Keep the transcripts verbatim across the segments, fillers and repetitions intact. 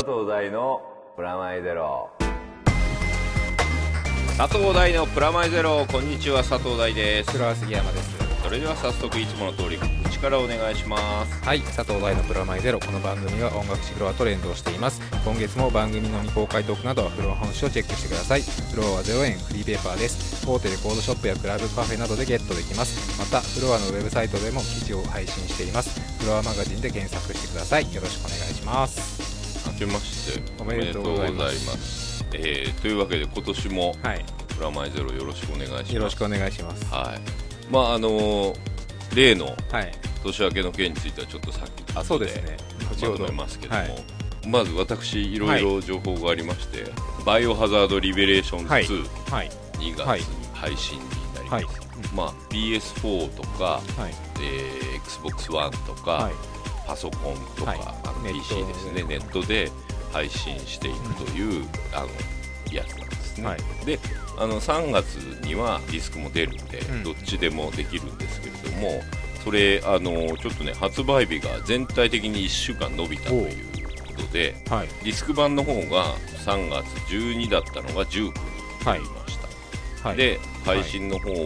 佐藤大のプラマイゼロ。 佐藤大のプラマイゼロ。こんにちは、佐藤大です。 黒は杉山です。 それでは早速いつもの通り口からお願いします。 はい、佐藤大のプラマイゼロ。この番組は音楽誌フロアと連動しています。今月も番組の未公開トークなどはフロア本誌をチェックしてください。フロアはゼロえん、フリーペーパーです。大手レコードショップやクラブカフェなどでゲットできます。またフロアのウェブサイトでも記事を配信しています。フロアマガジンで検索してください。よろしくお願いします。 明けましておめでとうございます。 えー、というわけで今年も、 はい、 プラマイゼロよろしくお願いします。 よろしくお願いします。 はい、まああのー、例のはい、 年明けの件についてはちょっとさっきあそうですね、 まとめますけども、はい、まず私いろいろ情報がありまして、はい、バイオハザードリベレーションツー、はい、にがつに配信になります、はいはい、まあ、ピーエスフォー とか、はい、えー、エックスボックスワン とか、はい、パソコンとか、はい、あの ピーシー ですね、ネットで配信していくという、うん、あのやつなんですね、はい、であのさんがつにはディスクも出るんで、うん、どっちでもできるんですけれども、それあのちょっとね発売日が全体的にいっしゅうかん伸びたということで、はい、ディスク版の方がさんがつじゅうにだったのがじゅうくになりました、はい、で配信の方も、はい、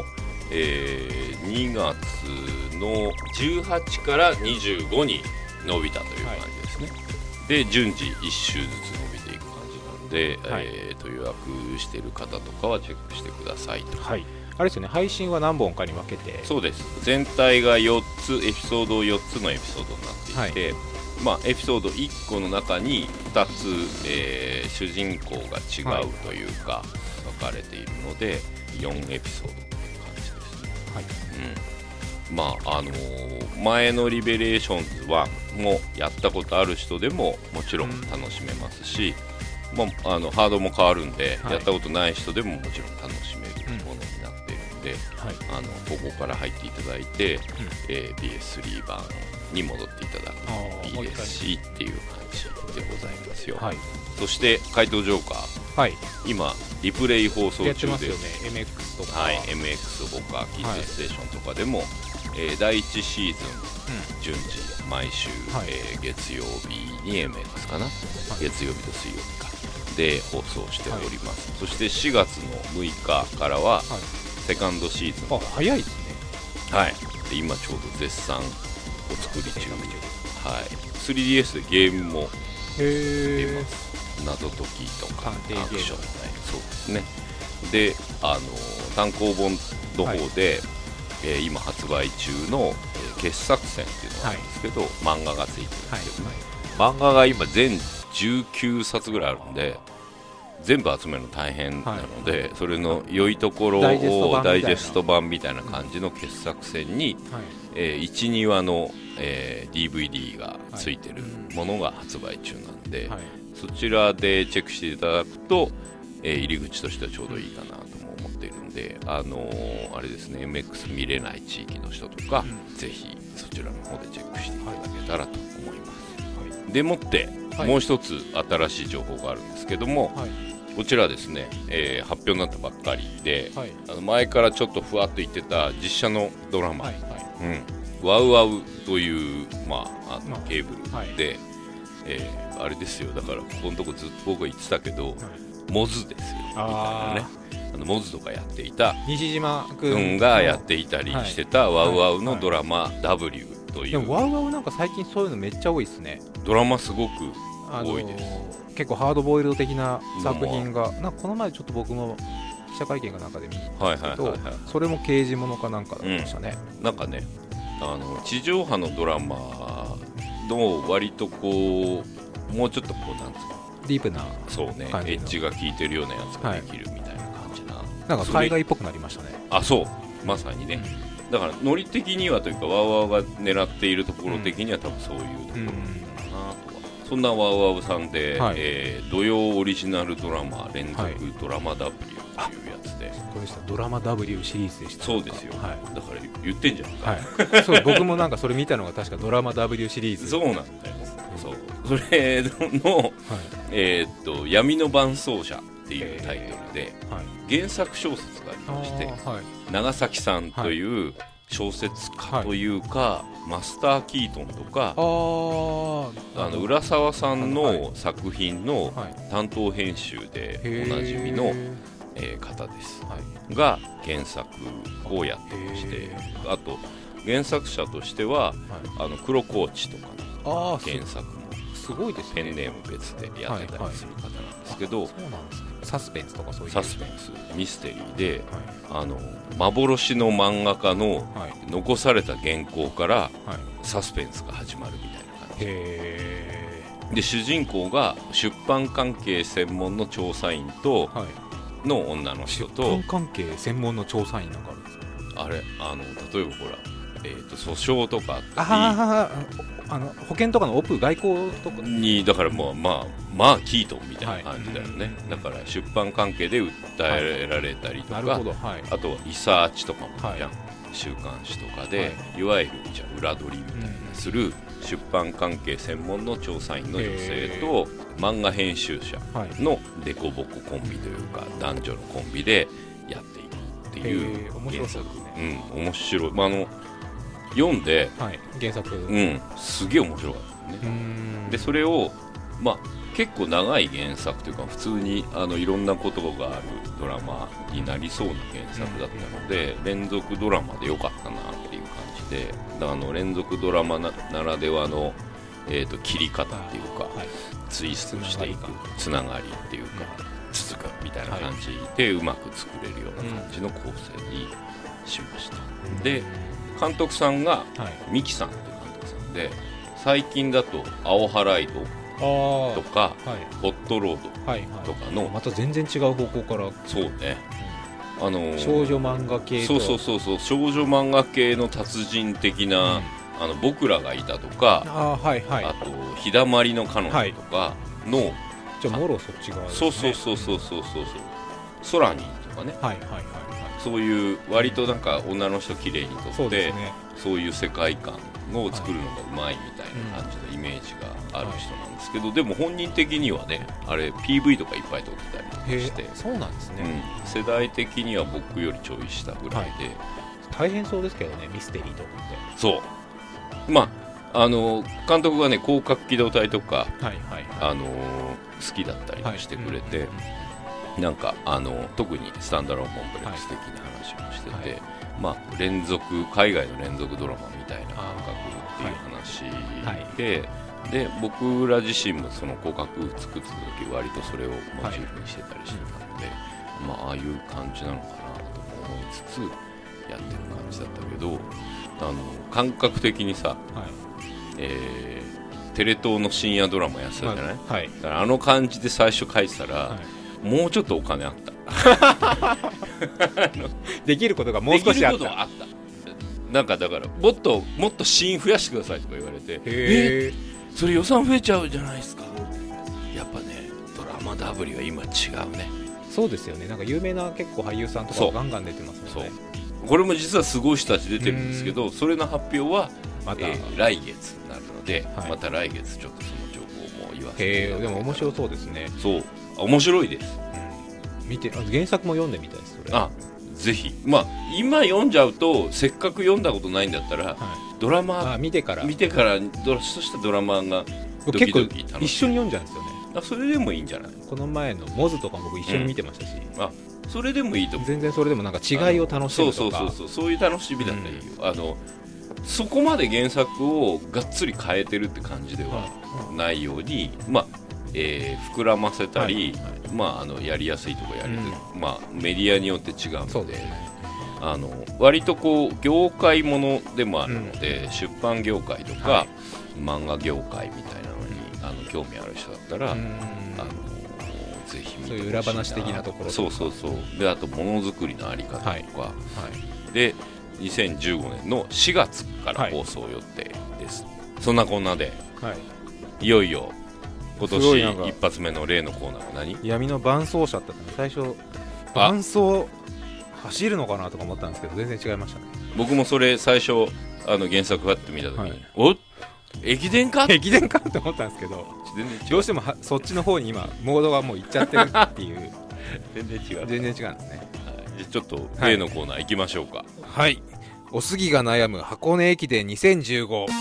えー、にがつのじゅうはちからにじゅうごに伸びたという感じですね、はい、で順次いっ週ずつ伸びていく感じなので、はい、えー、と予約している方とかはチェックしてくださいと、 はい、あれですよね、配信は何本かに分けて。 そうです、全体がよっつ、エピソードよっつのエピソードになっていて、はい、まあ、エピソードいっこの中にふたつ、えー、主人公が違うというか、はい、分かれているのでよんエピソードという感じですね、はい、うん、まああのー、前のリベレーションズワンもやったことある人でももちろん楽しめますし、うん、まあ、あのハードも変わるんで、はい、やったことない人でももちろん楽しめるものになっているので、はい、あのここから入っていただいて、うん、えー、ピーエススリー 版に戻っていただくのもいいですしっていう感じでございますよ、はい、そして怪盗ジョーカー、はい、今リプレイ放送中です。 やってますよね、 エムエックス とか、 はい、エムエックス ほかキッズステーションとかでも、はい、えー、だいいちシーズン、うん、順次毎週、はい、えー、月曜日に エムエックス かな、はい、月曜日と水曜日かで放送しております、はい、そしてしがつのむいかからは、はい、セカンドシーズン、 あ、早いですね、 はい、で今ちょうど絶賛お作り中で、はい、スリーディーエス でゲームも出ます。謎解きとかアクションみたいな、そうですね。で、あの単行本の方で、はい、えー、今発売中の、えー、傑作選っていうのがあるんですけど、はい、漫画がついてるんですけど、はいはい、漫画が今全じゅうきゅうさつぐらいあるんで全部集めるの大変なので、はい、それの良いところをダイジェスト版みたいな感じの傑作選に、はい、えー、いち、にわの、えー、ディーブイディー がついてるものが発売中なんで、はい、そちらでチェックしていただくと、えー、入り口としてはちょうどいいかなとも思っているんで、あのー、あれですね、 エムエックス 見れない地域の人とか、うん、ぜひそちらの方でチェックしていただけたらと思います、はい、でもって、はい、もう一つ新しい情報があるんですけども、はい、こちらですね、えー、発表になったばっかりで、はい、あの前からちょっとふわっと言ってた実写のドラマ、はいはい、うん、ワウワウという、まあ、あのケーブルで、はい、えー、あれですよ、だからここのとこずっと僕が言ってたけど、はい、モズですよみたいなね、あのモズとかやっていた西島君がやっていたりしてた、はい、ワウワウのドラマ ダブリュー という、 でもワウワウなんか最近そういうのめっちゃ多いですね。 ドラマすごく多いです、 あの結構ハードボイルド的な作品が、なんかこの前ちょっと僕も記者会見かなんかで見に行ったんですけど、それも刑事物かなんかだったましたね、 うん、なんかね、あの地上波のドラマの割とこうもうちょっとこうなんですか、 ディープな、 そうね、エッジが効いてるようなやつができるみたいな感じな、はい、 なんか海外っぽくなりましたね。 あ、そうまさにね、うん、だからノリ的にはというかワウワウが狙っているところ的には多分そういうところなのかなとは、うん、そんなワウワウさんで、はい、えー、土曜オリジナルドラマ連続ドラマ ダブリュー というやつで、はい、 これしたドラマ ダブリュー シリーズでした。 そうですよ、はい、だから言ってんじゃんか、 はい、そう僕もなんかそれ見たのが確かドラマ ダブリュー シリーズそうなんだよ、そうそれの、はい、えー、っと闇の伴奏者っていうタイトルで、はい、原作小説がありまして、はい、長崎さんという小説家というか、はい、マスター・キートンとかああの浦沢さんの作品の担当編集でおなじみの、えー、方です、はい、が原作をやってまして、あと原作者としては、はい、あの黒コーチとかの原作もすごいですね、 ペンネーム別でやってたりする方なんですけど、はいはい、 そうなんですね、サスペンスとかそういうサスペンスミステリーで、はい、あの幻の漫画家の残された原稿からサスペンスが始まるみたいな感じ、へで主人公が出版関係専門の調査員との女の人と、 出版関係専門の調査員なんかあるんですか。 あれあの例えばほら、えー、と訴訟とかあったり、 ああの保険とかのオプ外交とかにだからもうまあまあキートンみたいな感じだよね、はい、だから出版関係で訴えられたりとか、はい、なるほど、はい、あとはリサーチとかもじゃん、はい、週刊誌とかで、はい、いわゆるじゃ裏取りみたいなする出版関係専門の調査員の女性と漫画編集者のデコボココンビというか男女のコンビでやっていくっていう原作、うん、面白い、まあ、あの読んで、 はい、原作、 うん、すげえ面白かったね。でそれを、まあ、結構長い原作というか普通にあのいろんなことがあるドラマになりそうな原作だったので、うん、連続ドラマでよかったなっていう感じで、あの連続ドラマ な, ならではの、えー、と切り方っていうか、はい、ツイストしていくつながりっていうか、うん、続くみたいな感じでうまく作れるような感じの構成にしました、うん、で監督さんが三木さんという監督さんで、最近だと青ハライドとか、はい、ホットロードとかの、はいはい、 また全然違う方向から、 そうね、うん、あのー、 少女漫画系と、そうそうそうそう、少女漫画系の達人的な、うん、あの僕らがいたとか、 あ、はいはい、 あと日だまりの彼女とかの、はい、 じゃあもろそっち側ですね。 そうそうそうそうそうそうそう、空にとかね、 はいはいはい、 そういう割となんか女の人綺麗に撮って、そうですね、そういう世界観を作るのがうまいみたいな感じのイメージがある人なんですけど、はい、でも本人的にはね、あれ ピーブイ とかいっぱい撮ってたりとかして、 そうなんですね、 うん、世代的には僕よりちょい下ぐらいで、はい、 大変そうですけどね、ミステリーとかって。 そう、まああの監督がね広角機動隊とか、はいはいはい、あの好きだったりもしてくれて、はい、うん、なんかあの特にスタンダローンコンプレックス的な話もしてて、はい、まあ、連続海外の連続ドラマみたいな感覚っていう話で、はい、で僕ら自身もその広角作ってた時割とそれをモチーフにしてたりしてたので、はい、まあ、ああいう感じなのかなと思いつつやってる感じだったけど、あの感覚的にさ、はい、えー、テレ東の深夜ドラマやってたじゃない、はい、だからあの感じで最初書いてたら、はい、もうちょっとお金あったできることがもう少しあった。できることはあった。 なんかだからもっともっとシーン増やしてくださいとか言われて、えー、それ予算増えちゃうじゃないですか。やっぱね、ドラマダブリは今違うね。 そうですよね。なんか有名な結構俳優さんとかガンガン出てますもんね。 そう、これも実はすごい人たち出てるんですけど、それの発表はまた、えー、来月になるので、はい、また来月ちょっとその情報も言わせていただきたい。 でも面白そうですね。 そう、面白いです、 うん、見て、原作も読んでみたいです。それ、 あ、ぜひ、まあ、今読んじゃうとせっかく読んだことないんだったら、はい、ドラマ見てから見てからドそしたドラマがドキドキ楽しい。 結構一緒に読んじゃうんですよね。 あ、それでもいいんじゃない。 この前のモズとかも僕一緒に見てましたし、 うん、あ、それでもいいと思う。 全然それでもなんか違いを楽しむとか、 そうそうそうそう、そういう楽しみだったらいいよ、うん、あのそこまで原作をがっつり変えてるって感じではないように、うん、まあ、えー、膨らませたり、はいはい、まあ、あのやりやすいところやり、うん、まあ、メディアによって違うので、そうですね、あの割とこう業界ものでもあるので、うん、出版業界とか、はい、漫画業界みたいなのにあの興味ある人だったら、うん、あのぜひ見てほしいな。そういう裏話的なところとか、 そうそうそう、であとものづくりのあり方とか、はいはい、でにせんじゅうごねんのしがつから放送予定です、はい、そんなこんなで、はい、いよいよ今年一発目の例のコーナーは何？ 闇の伴走者って最初伴走走るのかなとか思ったんですけど全然違いましたね。 僕もそれ最初あの原作がって見た時に、はい、お駅伝か駅伝かって思ったんですけど、全然違う。どうしてもはそっちの方に今モードがもう行っちゃってるっていう全然違う全然違うんですね。 はい、じゃちょっと例のコーナー行きましょうか。 はい、 おすぎが悩む箱根駅伝にせんじゅうご。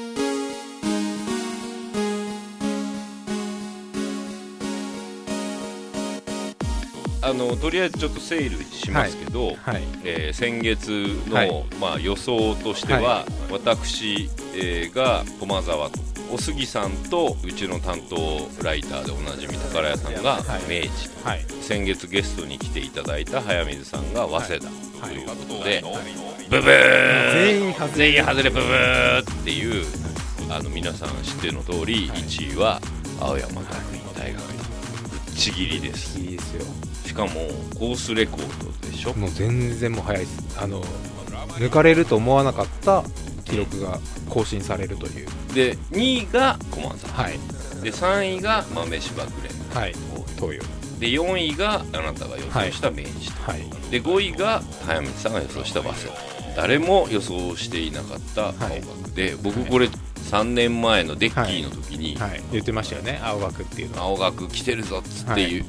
あのとりあえずちょっと整理しますけど、はいはい、えー、先月の、はい、まあ、予想としては、はい、私、えー、が駒沢とおすぎさんとうちの担当ライターでおなじみ宝屋さんが明治と、はい、先月ゲストに来ていただいた早水さんが早稲田ということで、はいはい、ブブー全員外れ全員外れブブーっていう、あの皆さん知っての通り、はい、いちいは青山学院大学、ぶっちぎりです。いいですよ。しかもコースレコードでしょ。 もう全然もう早いです。あの抜かれると思わなかった記録が更新されるという。 でにいが駒沢、 はい、 でさんいが豆柴グレン、 はい、東洋でよんいがあなたが予想した明治と、はい、でごいが早水さんが予想した早稲田。誰も予想していなかった青学で、はい、僕これさんねんまえのデッキーの時に、 はいはい、言ってましたよね、青学っていうの。 青学来てるぞっつって言う、はい、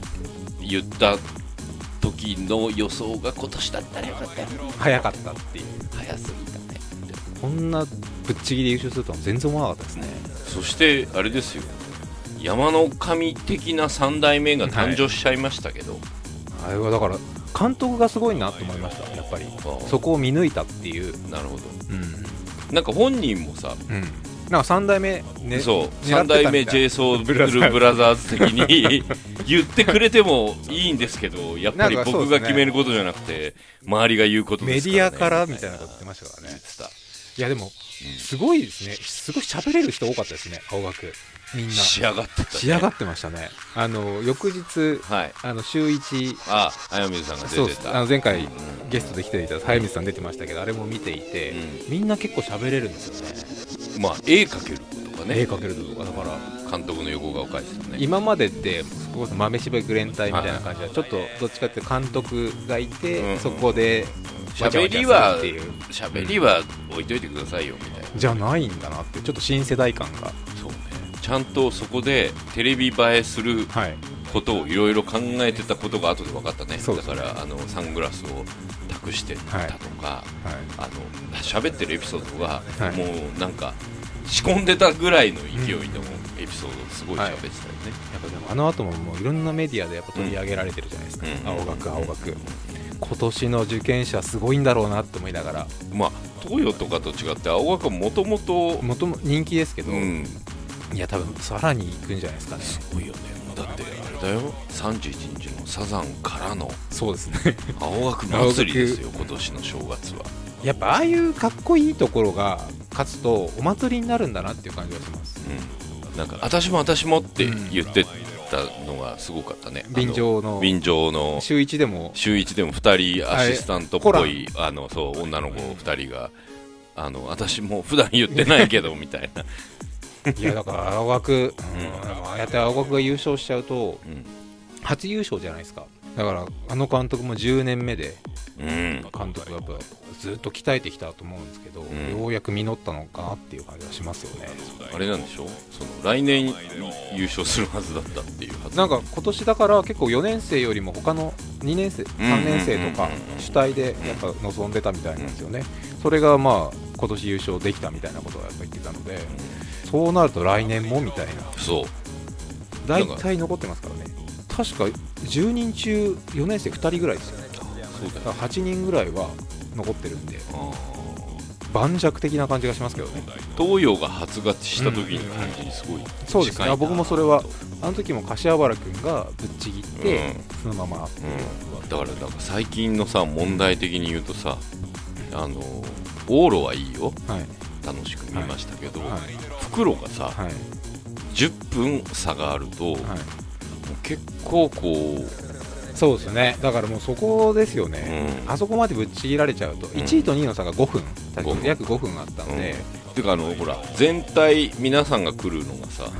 言った時の予想が今年だったらよかったよ。 早かったっていう。 早すぎたね。 こんなぶっちぎり優勝するとは全然思わなかったですね。 そしてあれですよ、山の神的なさん代目が誕生しちゃいましたけど、はい、 あれはだから監督がすごいなと思いました。やっぱりそこを見抜いたっていう。 なるほど、うん、なんか本人もさ、うん、 なんかさん代目、ね、 そうさん代目 ジェイソウルブラザーズ的に言ってくれてもいいんですけど、やっぱり僕が決めることじゃなくて、周りが言うことですからね。 メディアからみたいなこと言ってましたからね。いやでもすごいですね。すごい喋れる人多かったですね、青学。みんな仕上がってた、ね、 仕上がってましたね。あの翌日、はい、あの週一、 あ早水さんが出てた、 あの前回、うん、ゲストで来ていた早水さん出てましたけど、あれも見ていて、うん、みんな結構喋れるんですよね。 まあ絵描けることかね、 絵描けるとかだから監督の横顔描いてたね。 今までって豆柴グレン隊みたいな感じで、ちょっとどっちかっていうと監督がいて、うん、そこで喋りは喋りは置いといてくださいよみたいな、 じゃないんだなって、ちょっと新世代感が。 そうね、ちゃんとそこでテレビ映えすることをいろいろ考えてたことが後で分かったね。だからあのサングラスを託してたとか、はいはい、あの喋ってるエピソードがもうなんか仕込んでたぐらいの勢いでもエピソードすごい喋ってたよね、はい、やっぱでもあの後ももういろんなメディアでやっぱ取り上げられてるじゃないですか、うん、青学青学、うん、今年の受験者すごいんだろうなって思いながら、 まあ東洋とかと違って青学はもともと人気ですけど、 うん、 いや多分さらに行くんじゃないですかね。 すごいよね。だってあれだよ、さんじゅういちにちのサザンからのそうですね青学祭りですよ今年の正月は。 やっぱああいうかっこいいところが勝つとお祭りになるんだなっていう感じがします、 うん、なんか私も私もって言ってたのがすごかったね。 便乗の便乗の週一でも週一でもふたりアシスタントっぽいあのそう女の子ふたりがあの私も普段言ってないけどみたいな。 いやだから青学、うん、ああやって青学が優勝しちゃうと、うん、初優勝じゃないですか。だからあの監督もじゅうねんめで、うん、監督がやっぱずっと鍛えてきたと思うんですけど、うん、ようやく実ったのかなっていう感じがしますよね。 あれなんでしょう、その来年優勝するはずだったっていうはず。 なんか今年だから結構よねん生よりも他のにねん生さんねん生とか主体でやっぱ望んでたみたいなんですよね。それがまあ今年優勝できたみたいなことをやっぱ言ってたので、そうなると来年もみたいな。 そう大体残ってますからね。確かじゅうにん中よねん生ふたりぐらいですよね。そうだよ。はちにんぐらいは残ってるんで、盤石的な感じがしますけどね。 東洋が発芽した時に感じにすごい、うんうん、 そうですね。僕もそれはあの時も柏原君がぶっちぎって、うん、そのまま、 うん、だからだから最近のさ問題的に言うとさ、あの往路はいいよ、はい、楽しく見ましたけど、はいはい、復路がさ、はい、じゅっぷん差があると、はい、結構こうそうですね。だからもうそこですよね、うん、あそこまでぶっちぎられちゃうと、うん、いちいとにいの差がごふん、ごふん約ごふんあったので、 うん、てかあのほら全体皆さんが来るのがさ、はい、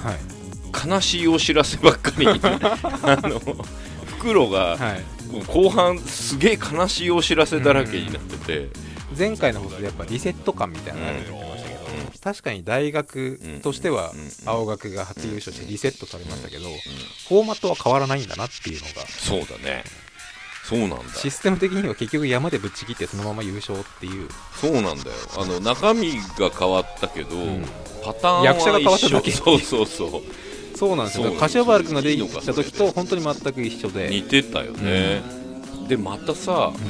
悲しいお知らせばっかりあの復路が、はい、後半すげえ悲しいお知らせだらけになってて、うん、 前回の放送でやっぱリセット感みたいなのがあると言ってましたけど、うん、確かに大学としては青学が初優勝してリセットされましたけど、フォーマットは変わらないんだなっていうのが。 そうだね。 そうなんだ。 システム的には結局山でぶっちぎってそのまま優勝っていう。 そうなんだよ。あの中身が変わったけど、うん、パターンは役者が変わっただけ。 そうそうそうそうなんですよ。柏原君が出てきた時と本当に全く一緒で似てたよね、うん、でまたさ、うん、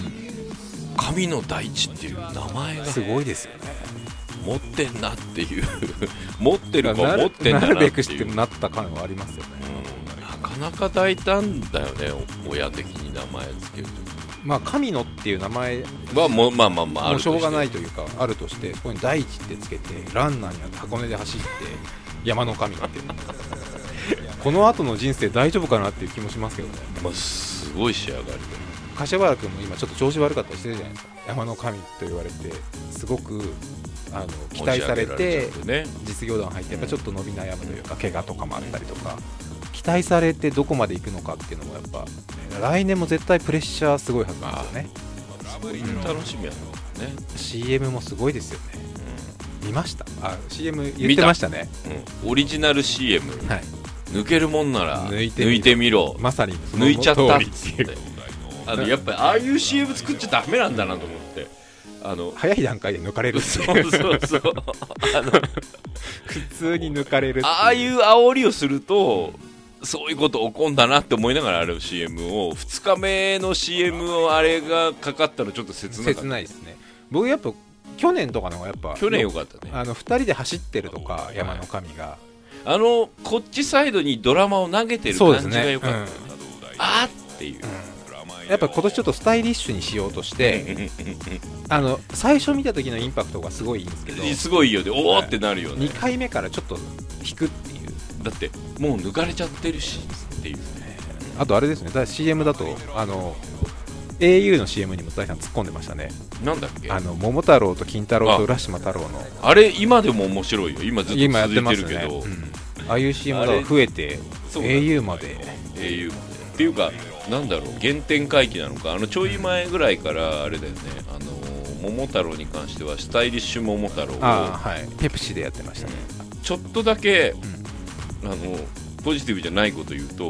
神の大地っていう名前がすごいですよね。 持ってんなっていう持ってるか持ってんだなっていう、なるべくしてなった感はありますよね、 うん、なかなか大胆だよね、親的に名前つけると。 まあ神野っていう名前はもうまあまあまああるとしてもうしょうがないというかあるとして、そこに大地ってつけてランナーになって箱根で走って山の神ってこの後の人生大丈夫かなっていう気もしますけどね。 まあ、すごい仕上がりで、 柏原君も今ちょっと調子悪かったりしてるじゃないですか。山の神と言われてすごくあの期待されて実業団入ってやっぱちょっと伸び悩むというか、怪我とかもあったりとか、期待されてどこまで行くのかっていうのもやっぱ来年も絶対プレッシャーすごいはずなんですよね。 すごい楽しみやな、ね、 シーエム もすごいですよね、うん、見ました。あ シーエム 言ってましたね、 うん、オリジナル シーエム、はい、抜けるもんなら抜いてみろ、抜いてみろ、 まさに抜いちゃったっつってあのやっぱりああいう シーエム 作っちゃダメなんだなと思って、あの早い段階で抜かれるってそうそうそうあの普通に抜かれるっていう、 ああいう煽りをするとそういうこと起こんだなって思いながらある シーエム をふつかめの シーエム をあれがかかったのちょっと切なかった。 切ないですね。僕やっぱ去年とかの方がやっぱ去年よかったね。 あのふたりで走ってるとか山の神があのこっちサイドにドラマを投げてる感じがよかった、ね、うん、あーっていう、 うん、やっぱ今年ちょっとスタイリッシュにしようとしてあの最初見た時のインパクトがすごいいいんですけど、 すごいよね、おーってなるよね。 にかいめからちょっと引くっていう、 だってもう抜かれちゃってるしっていう、ね、 あとあれですね、シーエム だとあの エーユー の シーエム にも大さん突っ込んでましたね。 なんだっけ、 あの桃太郎と金太郎と浦島太郎のあ, あれ今でも面白いよ、今ずっと続いてるけど、ね、うん、 ああいう シーエム が増えて エーユー までエーユー までっていうかなんだろう、原点回帰なのか、あのちょい前ぐらいからあれだよね、あの桃太郎に関してはスタイリッシュ桃太郎を、 あ、はい、ペプシでやってましたね。 ちょっとだけ、うん、あのポジティブじゃないこと言うと、うんうん、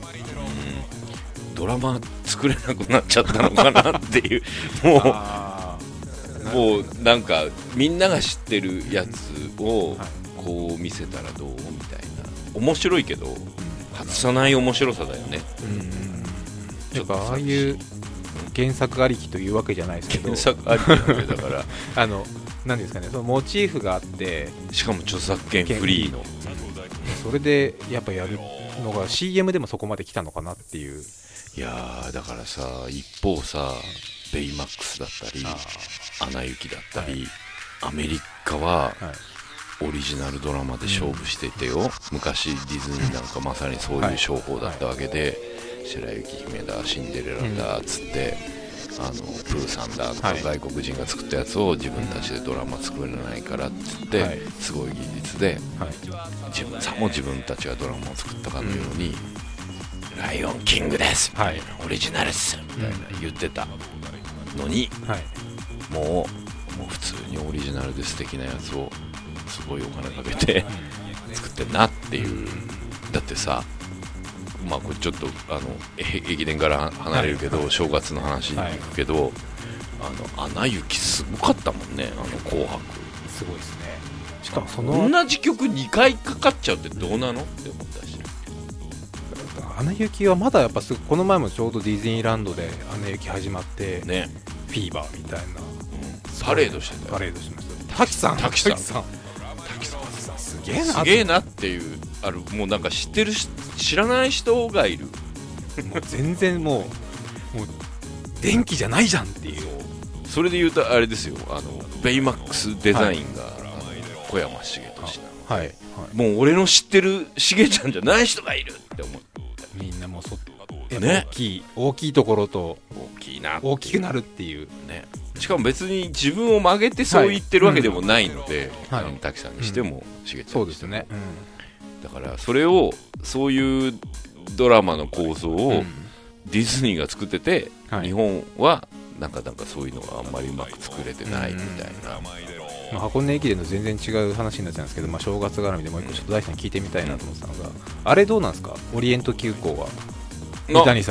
ドラマ作れなくなっちゃったのかなっていうもうもうなんかみんなが知ってるやつをこう見せたらどうみたいな、面白いけど、うん、外さない面白さだよね、うんうん、 やっぱああいう原作ありきというわけじゃないですけど、 原作ありきなわけだからあの何ですかね、そのモチーフがあってしかも著作権フリーの、 それでやっぱやるのが シーエム でもそこまで来たのかなっていう。 いやーだからさ、一方さベイマックスだったりアナ雪だったり、はい、アメリカはオリジナルドラマで勝負していてよ、うん、昔ディズニーなんかまさにそういう商法だったわけで、はい、白雪姫だシンデレラだっつって、うん、あのプーさんだとか外国人が作ったやつを自分たちでドラマ作れないからっつって、はい、すごい技術で、はい、自分さも自分たちがドラマを作ったかのように、うん、ライオンキングですみたいな、はい、オリジナルっすみたいな言ってたのに、はい、もう、もう普通にオリジナルで素敵なやつをすごいお金かけて作ってんなっていう。だってさ、まあこれちょっとあの駅伝から離れるけど、はい、正月の話に行くけど、はい、あのアナ雪すごかったもんね、あの紅白すごいですね。しかもその同じ曲にかいかかっちゃうってどうなのって思ったし、 アナ雪はまだやっぱすこの前もちょうどディズニーランドでアナ雪始まってね、フィーバーみたいな、うん、 パレードしてたよ。 パレードしました。滝さん滝さん滝さんすげえなすげえなっていう、あるもうなんか知ってる知らない人がいるもう全然もうもう電気じゃないじゃんっていう。 それで言うとあれですよ、あのベイマックスデザインが、はい、あの小山茂俊なの、はいはい、もう俺の知ってる茂ちゃんじゃない人がいるって思って、 みんなもうそね、大きい大きいところと大きいな大きくなるっていう、 ね、しかも別に自分を曲げてそう言ってるわけでもないので、はい、うん、滝さんにしても、うん、しげちゃんにしても、そうですね、うん、だからそれをそういうドラマの構想をディズニーが作ってて、うん、日本はなんかなんかそういうのがあんまりうまく作れてないみたいな、うん、 まあ、箱根駅伝の全然違う話になっちゃうんですけど、まあ、正月絡みでもう一個ちょっと大地さんに聞いてみたいなと思ってたのが、うん、あれどうなんですか、オリエント急行は三谷さんの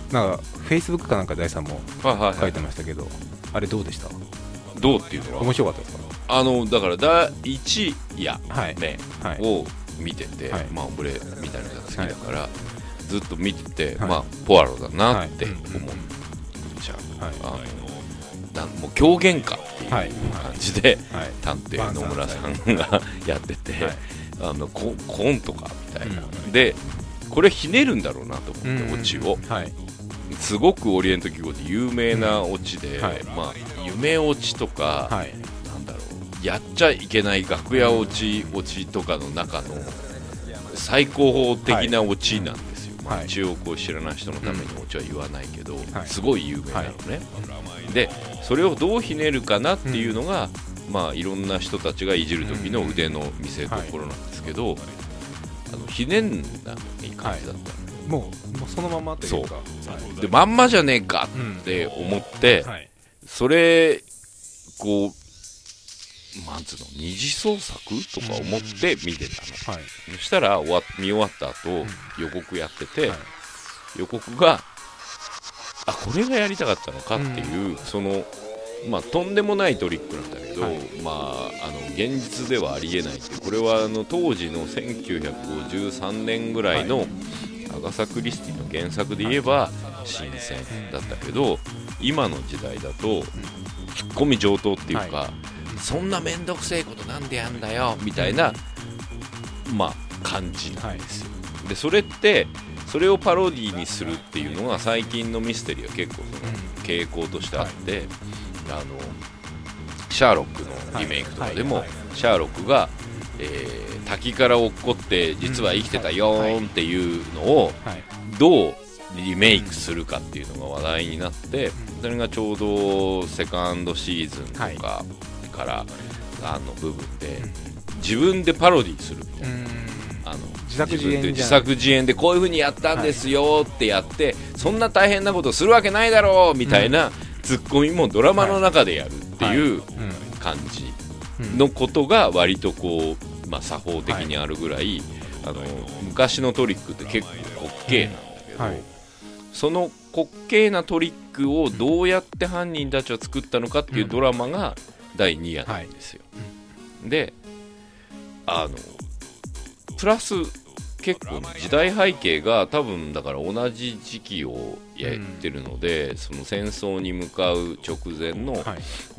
なんかフェイスブックかなんか大さんもはいはいはい書いてましたけど、あれどうでした？ どうっていうのは面白かったですか？ あのだからだいち夜目はいを見てて、 はいまあ俺みたいなのが好きだから、 はずっと見てて、 はいまあポアロだなってはい思うじゃん、 はいあのなんもう狂言歌っていうはい感じで、 はい探偵野村さんがやってて、 はいあのココントかみたいな、 うんでこれひねるんだろうなと思って、 うんオチをはいすごくオリエント記号で有名なオチで、 うんはいまあ、夢オチとか、 はいなんだろうやっちゃいけない楽屋オチ、オチとかの中の最高峰的なオチなんですよ、まあ、 はい一応こう知らない人のためにオチは言わないけど、 はいすごい有名なのね、でそれをどうひねるかなっていうのが、うんまあ、いろんな人たちがいじる時の腕の見せ所なんですけど、あのひねんない感じだったの、はいもう、もうそのままというか、 そうでまんまじゃねえかって思って、うんはい、それこうなんつうの二次創作とか思って見てたの、はい、そしたら終わ見終わった後、うん、予告やってて、はい、予告があこれがやりたかったのかっていう、うん、そのまあとんでもないトリックなんだけど、はい、まああの現実ではありえないってこれはあの当時のせんきゅうひゃくごじゅうさんねんぐらいの、はいアガサ・クリスティの原作で言えば新鮮だったけど、今の時代だとツッコミ上等っていうか、はい、そんなめんどくせえことなんでやんだよみたいな、まあ、感じなんですよ。でそれってそれをパロディにするっていうのが最近のミステリーは結構その傾向としてあって、あのシャーロックのリメイクとかでもシャーロックがえー、滝から落っこって実は生きてたよーんっていうのをどうリメイクするかっていうのが話題になって、それがちょうどセカンドシーズンとかからあの部分で自分でパロディするみたいな、あの自作自演で自作自演でこういう風にやったんですよってやって、そんな大変なことするわけないだろうみたいなツッコミもドラマの中でやるっていう感じのことが割とこう、まあ、作法的にあるぐらい、はい、あの昔のトリックって結構滑稽なんだけど、はい、その滑稽なトリックをどうやって犯人たちは作ったのかっていうドラマがだいにやなんですよ、はい、であのプラス結構時代背景が多分だから同じ時期をやってるので、うん、その戦争に向かう直前の、はい、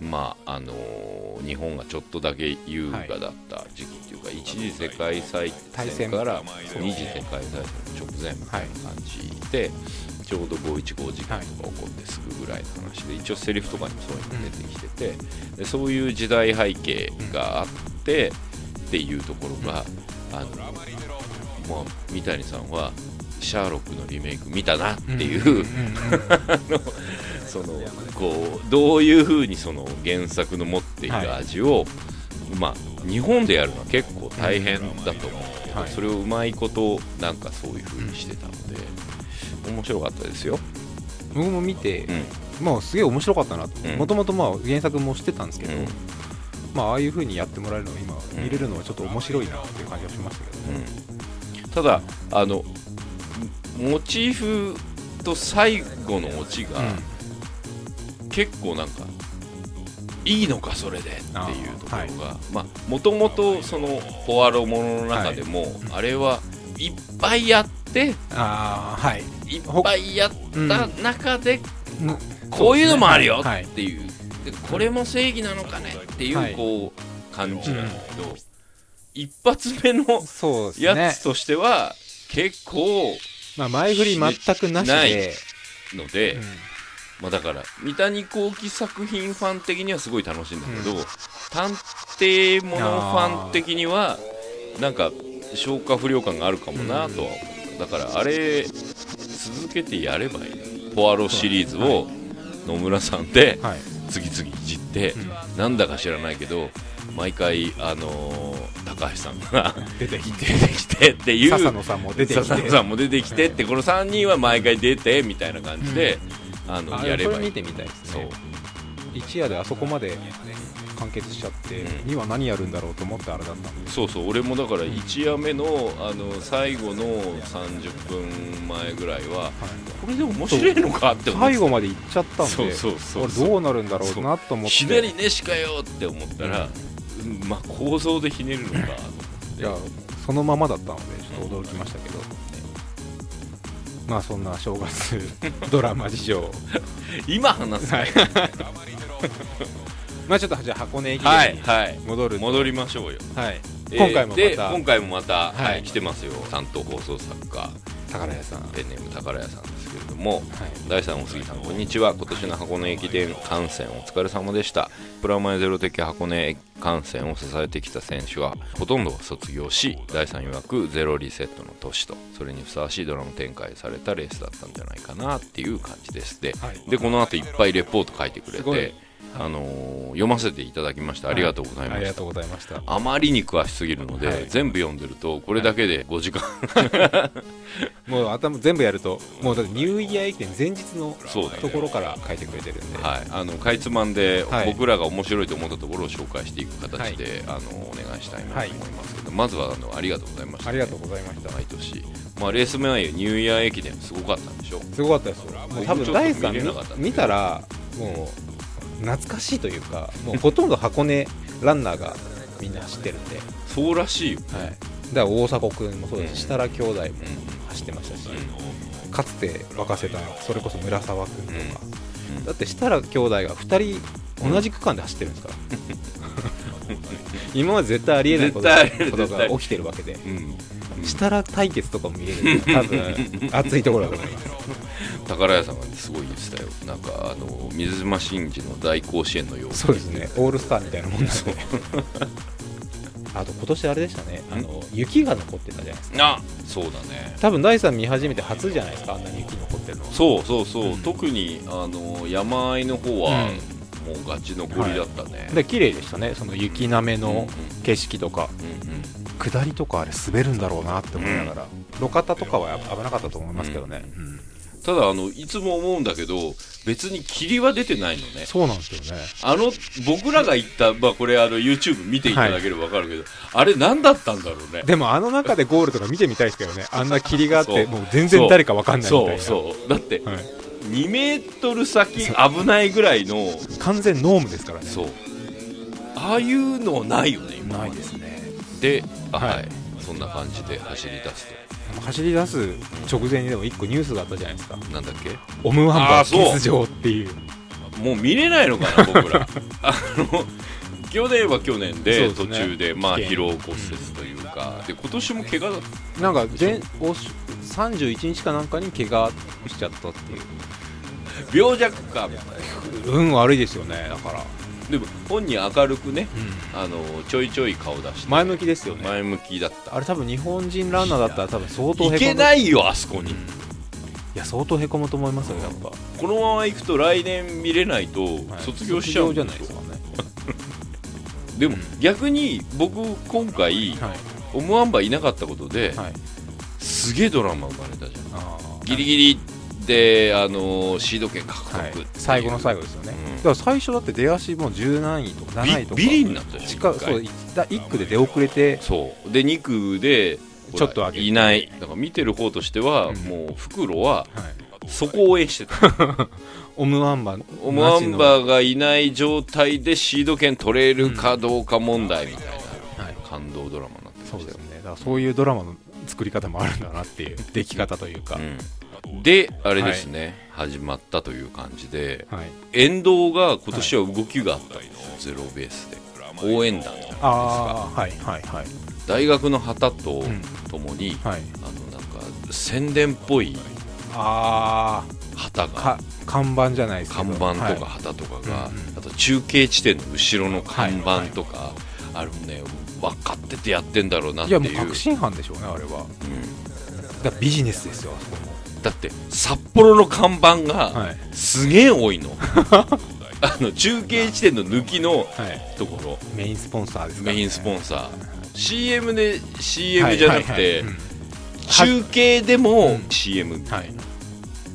まああのー、日本がちょっとだけ優雅だった時期っていうか、はい、一次世界大戦から二次世界大戦の直前みたいな感じで、はい、ちょうどごいちご事件とか起こってすぐぐらいの話で、一応セリフとかにもそういうのが出てきてて、うん、でそういう時代背景があってっていうところが、うん、あのもう三谷さんはシャーロックのリメイク見たなっていう、そのこうどういう風にその原作の持っている味を、はい、まあ日本でやるのは結構大変だと思うんだけど、はい、それをうまいことなんかそういう風にしてたので面白かったですよ。 僕も見て、うん、まあすげえ面白かったなと。もともとまあ原作もしてたんですけど、うん、まあああいう風にやってもらえるの今見れるのはちょっと面白いなっていう感じがしましたけど、 うんただあのモチーフと最後のオチが、うん、結構なんかいいのかそれでっていうところがもともとそのポアロものの中でも、はい、あれはいっぱいやってあ、はい、 いっぱいやった中で、うん、こういうのもあるよっていう、でこれも正義なのかねっていう、はい、こう感じなんだけど、うん一発目のやつとしては結構、 まあ、前振り全くなしでので、うんまあ、だから三谷幸喜作品ファン的にはすごい楽しいんだけど、うん、探偵ものファン的にはなんか消化不良感があるかもなとは思う。だからあれ続けてやればいい。ポアロシリーズを野村さんで次々いじって、うん、なんだか知らないけど毎回あのー、高橋さんが出てきて出てきてっていう笹野さんも出てきて笹野さんも出てきてって、このさんにんは毎回出てみたいな感じで、うん、あのあやればいい。 それ見てみたいですね。そう一夜であそこまで完結しちゃって、 うん、 にわ何やるんだろうと思ってあれだったんで。 そうそう、俺もだからいち夜目 の, あの最後のさんじゅっぷんまえぐらいは、はい、これで面白いのかって思って最後まで行っちゃったんで、 そうそうそう俺どうなるんだろうなと思って、 ひねりねしかよって思ったら、うん、まあ構造でひねるのかと思って、 いやそのままだったのでちょっと驚きましたけど、うん、まあそんな正月ドラマ事情今話す、はい、 まあちょっとじゃあ箱根駅伝に戻る、はいはい、 戻りましょうよ、 はい、 えー、 今回もまたで今回もまた、はいはい、 来てますよ。担当放送作家宝屋さん、 ペンネーム宝屋さんですけれども、はい、 だいさんお杉さんこんにちは。今年の箱根駅伝観戦お疲れ様でした。プラマイゼロ的箱根観戦を支えてきた選手はほとんど卒業し、だいさん曰くゼロリセットの年と、それにふさわしいドラマ展開されたレースだったんじゃないかなっていう感じです。で、はい、でこの後いっぱいレポート書いてくれて、あのー、読ませていただきました。ありがとうございました、はい、 ありがとうございました。 あまりに詳しすぎるので、はい、全部読んでるとこれだけでごじかん、 はい、もう頭全部やるともうだってニューイヤー駅伝前日のところから書いてくれてるんで、 はい、あのかいつまんで僕らが面白いと思ったところを紹介していく形で、はい、あのお願いしたいなと思いますけど、はい、まずはあのありがとうございました、ね、 ありがとうございました。 毎年、まあ、レース前ニューイヤー駅伝すごかったんでしょ。 すごかったですよ。もう多分大さん 見, 見たらもう懐かしいというか、もうほとんど箱根ランナーがみんな走ってるんでそうらしいよ、 はい、だから大迫君もそうですし、設楽兄弟も走ってましたし、うん、かつて沸かせたそれこそ村沢君とか、うん、だって設楽兄弟がふたり同じ区間で走ってるんですから、うん、今まで絶対ありえないこと が, ことが起きてるわけで、うん、設楽対決とかも見れるんで多分熱いところだと思います宝屋さんがすごい言ってたよ。なんかあの水島新司の大甲子園のように。 そうですね、オールスターみたいなもんなんであと今年あれでしたね、あの雪が残ってたじゃないですか。 あ、そうだね。 多分第三見始めて初じゃないですか、あんなに雪残ってるの。 そうそうそう、うん、特にあの山あいの方は、うん、もうガチ残りだったね、 はい、で綺麗でしたね、その雪なめの景色とか、うんうんうん、下りとかあれ滑るんだろうなって思いながら、うん、路肩とかは危なかったと思いますけどね、うんうん、 ただあのいつも思うんだけど別に霧は出てないのね。 そうなんですよね。 あの僕らが行った、まあ、これあの YouTube 見ていただければ分かるけど、はい、あれ何だったんだろうね。 でもあの中でゴールとか見てみたいですけどねあんな霧があってもう全然誰か分かんないみたいな。 そうそうだって、はい、にメートル先危ないぐらいの完全ノームですからね。 そうああいうのないよね今。 ないですね。 で、はいはい、そんな感じで走り出すと走り出す直前にでもいっこニュースがあったじゃないですか。 なんだっけ、 オムワンバー欠場っていう。 もう見れないのかな僕らあの去年は去年で途中で、ね、まあ疲労骨折というか、うん、で今年も怪我だったなんか前さんじゅういちにちかなんかに怪我しちゃったっていう。 病弱かみたいな。 運悪いですよね。だからでも本人明るくね、うん、あのちょいちょい顔出して前向きですよね。 前向きだった。 あれ多分日本人ランナーだったら多分相当へこむ。 いけないよあそこに、うん、いや相当へこむと思いますよやっぱ。 このまま行くと来年見れないと卒業しちゃうんですよ、はい、 じゃないですかねでも、うん、逆に僕今回、はい、オムワンバいなかったことで、はい、すげえドラマ生まれたじゃん。あギリギリであのシード権獲得、はい、 最後の最後ですよね、うん、だから最初だって出足もじゅう何位とかなないとかビリになったしそういっ区で出遅れて、 そうでに区でちょっと上げていない。だから見てる方としては、うん、もう袋はそこを応援してた、はい、 オムワンバオムワンバがいない状態でシード権取れるかどうか問題みたいな、うん、感動ドラマになってましたよ。 そうですね。だからそういうドラマの作り方もあるんだなっていう出来方というか、うんであれですね、はい、始まったという感じで、はい、沿道が今年は動きがあったんですよ、はい、ゼロベースで応援団じゃないですか。 あ、はいはいはい、 大学の旗とともに、うんはい、あのなんか宣伝っぽいあ旗が看板じゃないですか。 看板とか旗とかが、はい、あと中継地点の後ろの看板とか、はいはい、あれもね分かっててやってんだろうなっていう。 いやもう確信犯でしょうねあれは、うん、だからビジネスですよあそこも。 だって札幌の看板がすげえ多いの、はい、あの中継地点の抜きのところ、はい、 メインスポンサーですからね。 メインスポンサー シーエム で シーエム じゃなくて、はいはいはい、中継でも シーエム、うんはい、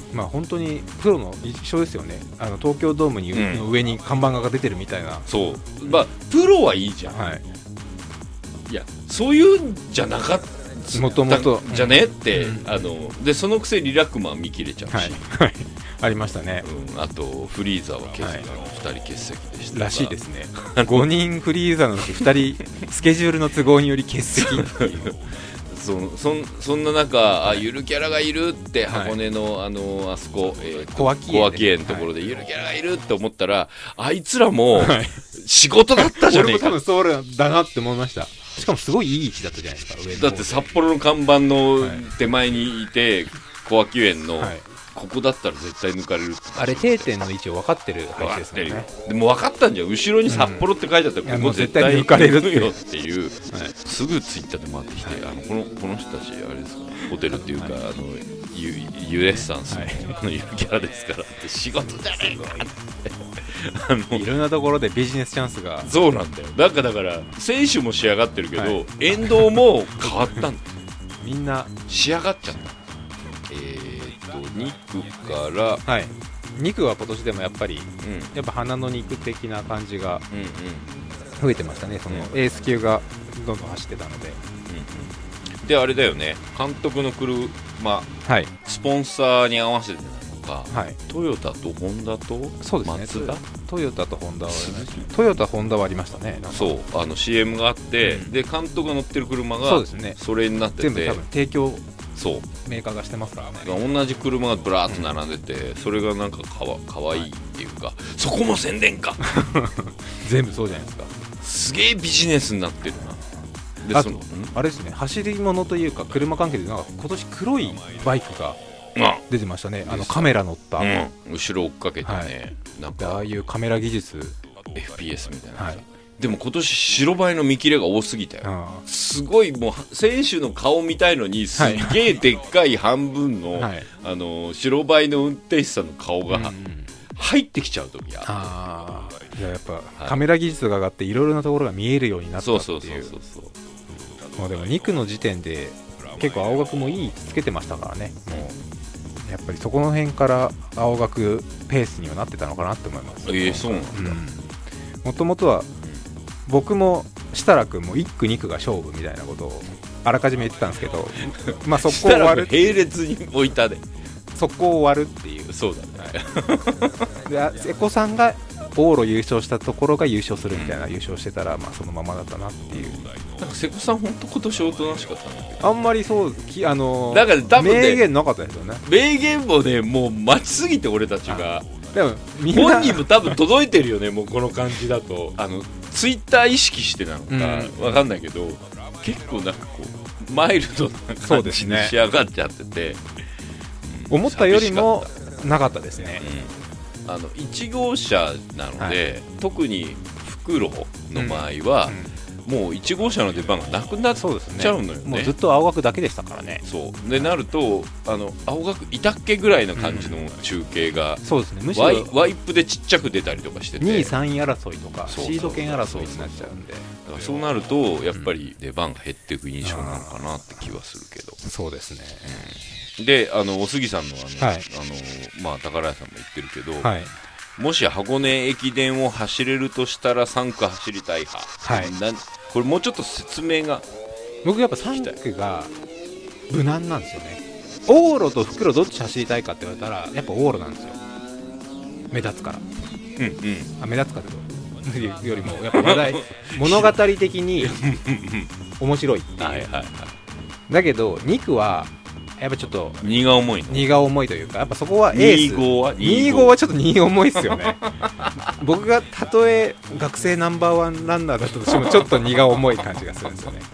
まあ本当にプロの一緒ですよね。あの東京ドームに、うん、の上に看板が出てるみたいな。 そう、まあプロはいいじゃん、はい、いやそういうんじゃなかったもともとじゃねって、うん、あのでそのくせリラックマン見切れちゃうし、はいはい、 ありましたね、 うん、あとフリーザは欠席、はい、ふたり欠席でしたらしいですねごにんフリーザのうちふたりスケジュールの都合により欠席っていうそ, そ, そんな中、はい、あゆるキャラがいるって箱根の、はい、あのあそこ、えー、小脇園のところで、はい、ゆるキャラがいるって思ったらあいつらも仕事だったじゃねえか。 俺も多分そうだなって思いました。しかもすごいいい位置だったじゃないですか。上のだって札幌の看板の手前にいて、はい、小脇園の、はい、ここだったら絶対抜かれるってあれ定点の位置を分かってる配置ですもんね。 でも分かったんじゃん。後ろに札幌って書いてあったら、うん、ここ絶対抜かれるよっていう、はい、すぐツイッターで回ってきて、はい、あのこのこの人たちあれですかホテルっていうか、はい、あのユ, ユレッサンスのゆるキャラですからって仕事じゃねえかってあのいろんなところでビジネスチャンスが。 そうなんだよ。なんかだから選手も仕上がってるけど、はい、沿道も変わったんだみんな仕上がっちゃった。えーとにくから、 はい、にくは今年でもやっぱり、うん、やっぱ花の肉的な感じが増えてましたね。そのエース級がどんどん走ってたので、 うんうん、であれだよね、監督の車、はい、スポンサーに合わせてなのか、はい、トヨタとホンダとそうですね、 マツダ、 トヨタとホンダはトヨタホンダはありましたね。 そうあの シーエム があって、うん、で監督が乗ってる車が そ, う、ね、それになってて全部多分提供そうメーカーがしてますからね。 同じ車がブラーッと並んでて、うん、それがなんかか わ, かわいいっていうか、はい、そこも宣伝か全部そうじゃないですか。 すげえビジネスになってるな。であとそのあれですね、走り物というか車関係でなんか今年黒いバイクが出てましたね。あのカメラ乗った、うん、 後ろ追っかけてね、はい、 なんかああいうカメラ技術エフピーエス みたいな、はい、でも今年白バイの見切れが多すぎたよ。すごいもう選手の顔見たいのにすげえでっかい半分の、はい、あの白バイの運転手さんの顔が入ってきちゃう時があって、 いややっぱ、はい、カメラ技術が上がっていろいろなところが見えるようになったっていう。そうそうそうそうそう。もうでもにくの時点で結構青学もいい位置つけてましたからね。もうやっぱりそこの辺から青学ペースにはなってたのかなって思います。 えー、そうなんだ。 もともとは僕も設楽君もいっくにくが勝負みたいなことをあらかじめ言ってたんですけどまあ速攻終わる並列に置いたで速攻終わるっていう。 そうだね、 はい、で瀬古さんが往路優勝したところが優勝するみたいな、うん、優勝してたらまあそのままだったなっていう。 なんか瀬古さん本当今年おとなしかったんだけどあんまりそうあのー、 だから多分、ね、 名言なかったですよね。 名言もねもう待ちすぎて俺たちがでもみんな本人も多分届いてるよねもうこの感じだとあのツイッター意識してなのか、うん、わかんないけど結構なんかこうマイルドな感じに仕上がっちゃってて、ねうん、思ったよりもなかったですね、 うん、あのいち号車なので、はい、特に復路の場合は、うんうん、もういち号車の出番がなくなっちゃうのよね。 もうずっと青学だけでしたからね。 そうでなるとあの青学いたっけぐらいの感じの中継が、うん、 そうですね、むしろワイ, ワイプでちっちゃく出たりとかしててにいさんい争いとかシード権争いになっちゃうんで、だからそうなるとやっぱり出番が減っていく印象なのかなって気はするけど、 うん、そうですね、 うん、であのお杉さんのあの、はい、あのまあ宝屋さんも言ってるけど、はい、もし箱根駅伝を走れるとしたらさんく走りたい派、はい、なこれもうちょっと説明が。 僕やっぱさんくが無難なんですよね。往路と復路どっち走りたいかって言われたらやっぱ往路なんですよ。目立つから、うんうん、あ目立つかというよりもやっぱ話題物語的に面白いっていう、はいはいはい、だけどにくはやっぱちょっと荷が重いの荷が重いというかやっぱそこはエースに号はに号はちょっと荷が重いですよね僕がたとえ学生ナンバーワンランナーだったとしてもちょっと荷が重い感じがするんですよね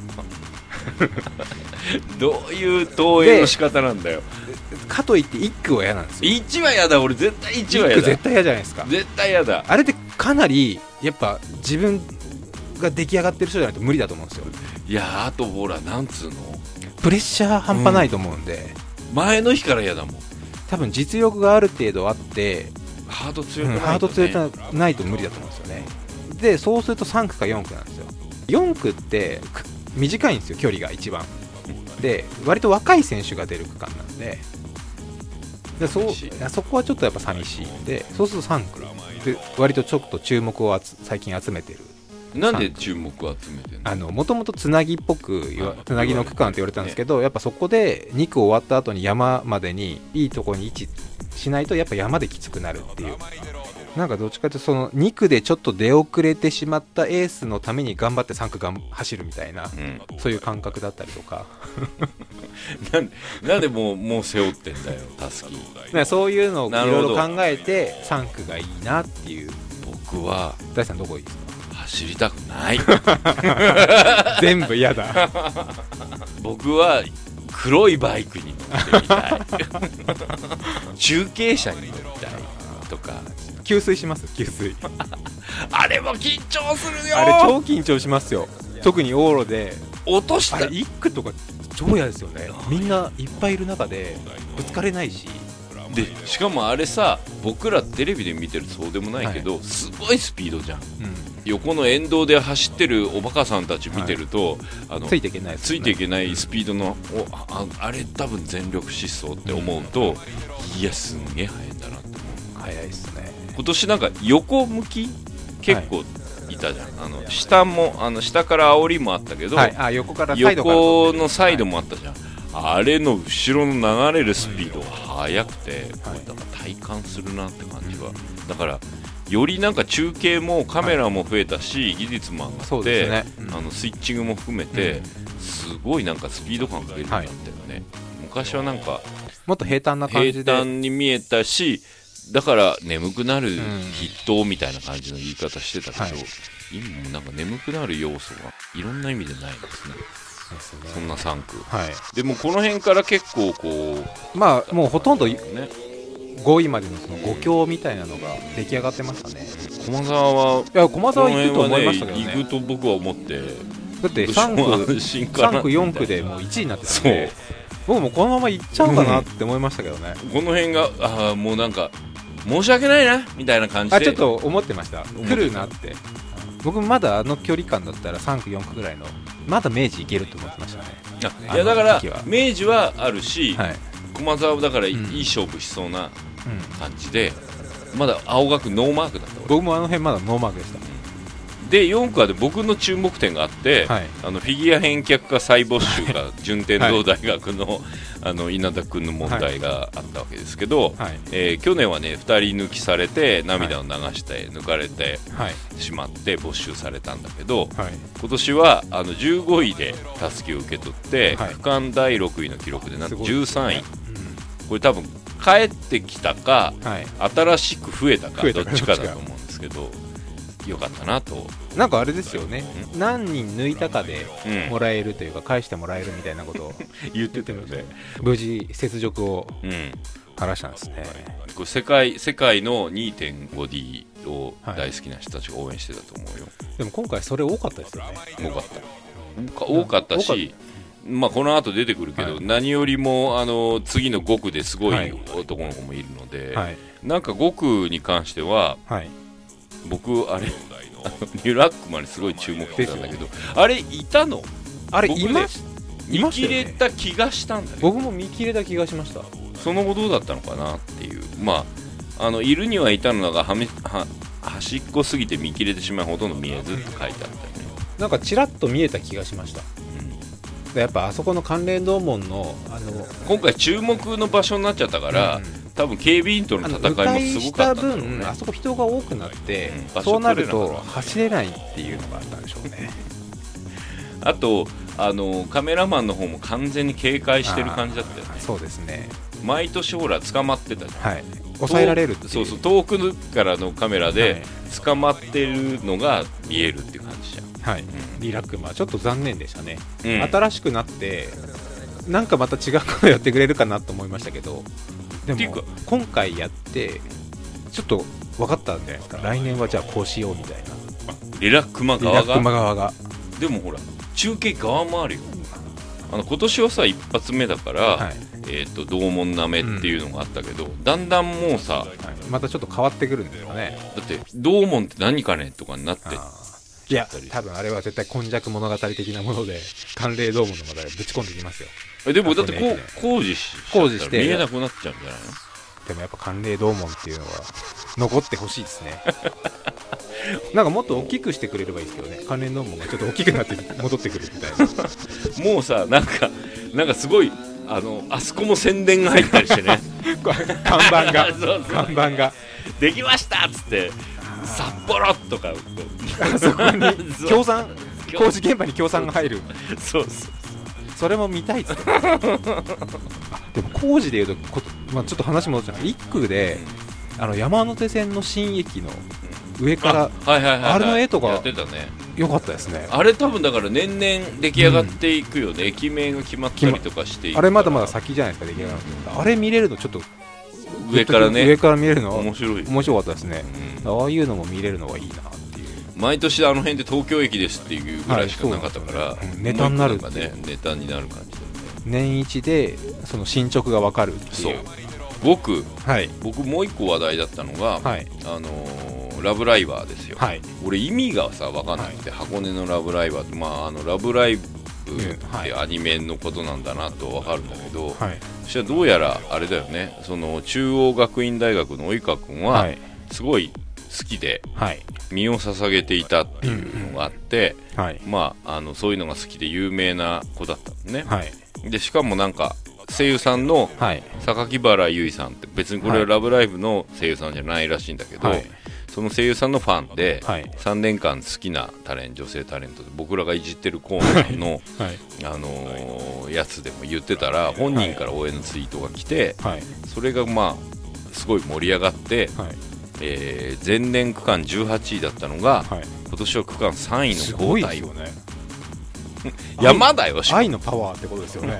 どういう投影の仕方なんだよ。 かといっていっくは嫌なんですよ。 いちは嫌だ。俺絶対いちは嫌だ。 いっく絶対嫌じゃないですか。 絶対嫌だ。 あれってかなりやっぱ自分が出来上がってる人じゃないと無理だと思うんですよ。 いやあとほらなんつうのプレッシャー半端ないと思うんで、 うん、前の日から嫌だもん。 多分実力がある程度あってハード強くないと、ね、 うん、ハード強くないと無理だと思うんですよね。でそうするとさんくかよんくなんですよ。よんくって短いんですよ距離が一番で割と若い選手が出る区間なんででそういやそこはちょっとやっぱ寂しいんで、そうするとさん区で割とちょっと注目をつ最近集めてる。 なんで注目を集めてるの？ あのもともとつなぎっぽくつなぎの区間って言われたんですけど、やっぱそこでに区終わった後に山までにいいところに位置しないとやっぱ山できつくなるっていう、なんかどっちかというとそのに区でちょっと出遅れてしまったエースのために頑張ってさん区が走るみたいな、うん、そういう感覚だったりとかなんなんでもうもう背負ってんだよたすき。 そういうのをいろいろ考えてさん区がいいなっていう。 僕は大さんどこいいですか？ 走りたくない全部嫌だ僕は黒いバイクに乗ってみたい中継車に乗りたいとか。 給水します？給水あれも緊張するよ。 あれ超緊張しますよ。特に往路で落としたあれいっ区とか超嫌ですよね。みんないっぱいいる中でぶつかれないし、 でしかもあれさ、僕らテレビで見てるそうでもないけど、はい、すごいスピードじゃん、うん、横の沿道で走ってるおバカさんたち見てると、はい、あのついていけないですね。 ついていけないスピードの あ, あれ多分全力疾走って思うと、うん、いやすんげえ速いんだなって思う。 速いですね。 今年なんか横向き結構いたじゃん、はい、あの下もあの下から煽りもあったけど、はい、 あ横からサイドから横のサイドもあったじゃん、はい、あれの後ろの流れるスピードが速くて、うん、これだから体感するなって感じは、はい、だからよりなんか中継もカメラも増えたし、はい、技術も上がって、ですね、うん、あのスイッチングも含めて、うん、すごいなんかスピード感が出るようになったよね、はい、昔はなんかもっと平坦な感じで平坦に見えたし、だから眠くなる筆頭みたいな感じの言い方してたけど、うんはい、今もなんか眠くなる要素がいろんな意味でないですね。ですね、そんなさん区、はい、でもこの辺から結構こうまあもうほとんど、ね、ごいまでのそのご強みたいなのが出来上がってましたね。 駒澤はいや駒澤行くと思いましたけどね。 行くと僕は思って、 だってさん区、さん区よん区でもういちいになってたんで、僕もこのまま行っちゃうかなって思いましたけどね、 うん、この辺があもうなんか申し訳ないなみたいな感じであちょっと思ってました。来るなって。僕もまだあの距離感だったらさん区よん区ぐらいのまだ明治いけると思ってましたね。 いやだから明治はあるし、はい、駒澤だからいい、うん、勝負しそうな感じで、うん、まだ青学ノーマークだった。 僕もあの辺まだノーマークでした。 でよん区はで僕の注目点があって、はい、あのフィギュア返却か再没収が順天堂大学の、はい、あの稲田君の問題があったわけですけど、はいえー、去年はねふたり抜きされて涙を流して、はい、抜かれてしまって没収されたんだけど、はい、今年はあのじゅうごいでたすきを受け取って、はい、区間だいろくいの記録でなんとじゅうさんい、ねうん、これ多分帰ってきたか、はい、新しく増えたかどっちかだと思うんですけどよかったなと。 なんかあれですよね、何人抜いたかでもらえるというか、うん、返してもらえるみたいなことを言ってたので無事雪辱を晴らしたんですね、 うん、これ世界、世界の にてんごディー を大好きな人たちが応援してたと思うよ、はい、 でも今回それ多かったですよね。 多かった多かったし、まあ、この後出てくるけど、はい、何よりもあの次のご区ですごい男の子もいるので、はい、なんかご区に関しては、はい、僕あれあのニューラックマンにすごい注目してたんだけど、あれいたの？ あれいま見切れた気がしたんだけど、僕も見切れた気がしました。 その後どうだったのかなっていう、まああのいるにはいたのがはみは端っこすぎて見切れてしまいほとんど見えずって書いてあったよね。 なんかちらっと見えた気がしました、うん、でやっぱあそこの関連同門 の, あの今回注目の場所になっちゃったから、うん多分警備員との戦いもすごかったんだろうね。 あ, あそこ人が多くなって、うん、そうなると走れないっていうのがあったんでしょうねあとあのカメラマンの方も完全に警戒してる感じだったよね。 そうですね。 毎年ほら捕まってたじゃん、はい、 抑えられるっていう。 そうそう遠くからのカメラで捕まってるのが見えるっていう感じじゃん、はいうん、 リラックマちょっと残念でしたね、うん、新しくなってなんかまた違うことやってくれるかなと思いましたけど、でも今回やってちょっと分かったんじゃないですか。来年はじゃあこうしようみたいな。 リラックマ側がリラックマ側がでもほら中継側もあるよ。あの今年はさ一発目だから、はいえー、と同門なめっていうのがあったけど、うん、だんだんもうさ、はい、 またちょっと変わってくるんですよね。 だって同門って何かねとかになってきいや多分あれは絶対今昔物語的なもので寒冷ドームのまでぶち込んできますよ。 えでもだってこう工事し工事して見えなくなっちゃうんじゃないの。 でもやっぱ寒冷ドームっていうのは残ってほしいですねなんかもっと大きくしてくれればいいですけどね。寒冷ドームがちょっと大きくなって戻ってくるみたいなもうさなんかなんかすごいあのあそこも宣伝が入ったりしてね看板がそうそう看板ができましたっつって札幌とかあそこに協賛工事現場に協賛が入るそうそうそれも見たいっつってでも工事でいうとこ、まあ、ちょっと話戻っちゃう。いっ区であの山手線の新駅の上からあ,、はいはいはいはい、 あれの絵とかやってたね。 良かったですね。 あれ多分だから年々出来上がっていくよね、うん、駅名が決まったりとかしていく。 あれまだまだ先じゃないですか出来上がる、うん、あれ見れるのちょっと上からね上から見れるの面白い面白かったですね、うん、ああいうのも見れるのはいいなっていう。 毎年あの辺で東京駅ですっていうぐらいしかなかったから、はいねうん、ネタになるっていう、 ね、ネタになる感じだよね。 年一でその進捗が分かるっていう。 そう僕、 はい、 僕もう一個話題だったのが、はい、あのー、ラブライバーですよ、はい、俺意味がさ分かんなくて、はい、箱根のラブライバーって、まあ、あのラブライブってアニメのことなんだなと分かるんだけど、はい、そしたらどうやらあれだよね、その中央学院大学の及川君はすごい好きで身を捧げていたっていうのがあって、はい、まあ、あのそういうのが好きで有名な子だったのね、はい、でしかもなんか声優さんの榊原優衣さんって別にこれはラブライブの声優さんじゃないらしいんだけど、はい、その声優さんのファンでさんねんかん好きなタレント女性タレントで僕らがいじってる河野さんの、はい、あのー、やつでも言ってたら本人から応援のツイートが来て、はい、それがまあすごい盛り上がって、はい、えー、前年区間じゅうはちいだったのが、はい、今年は区間さんいの交代をね山だよ愛のパワーってことですよね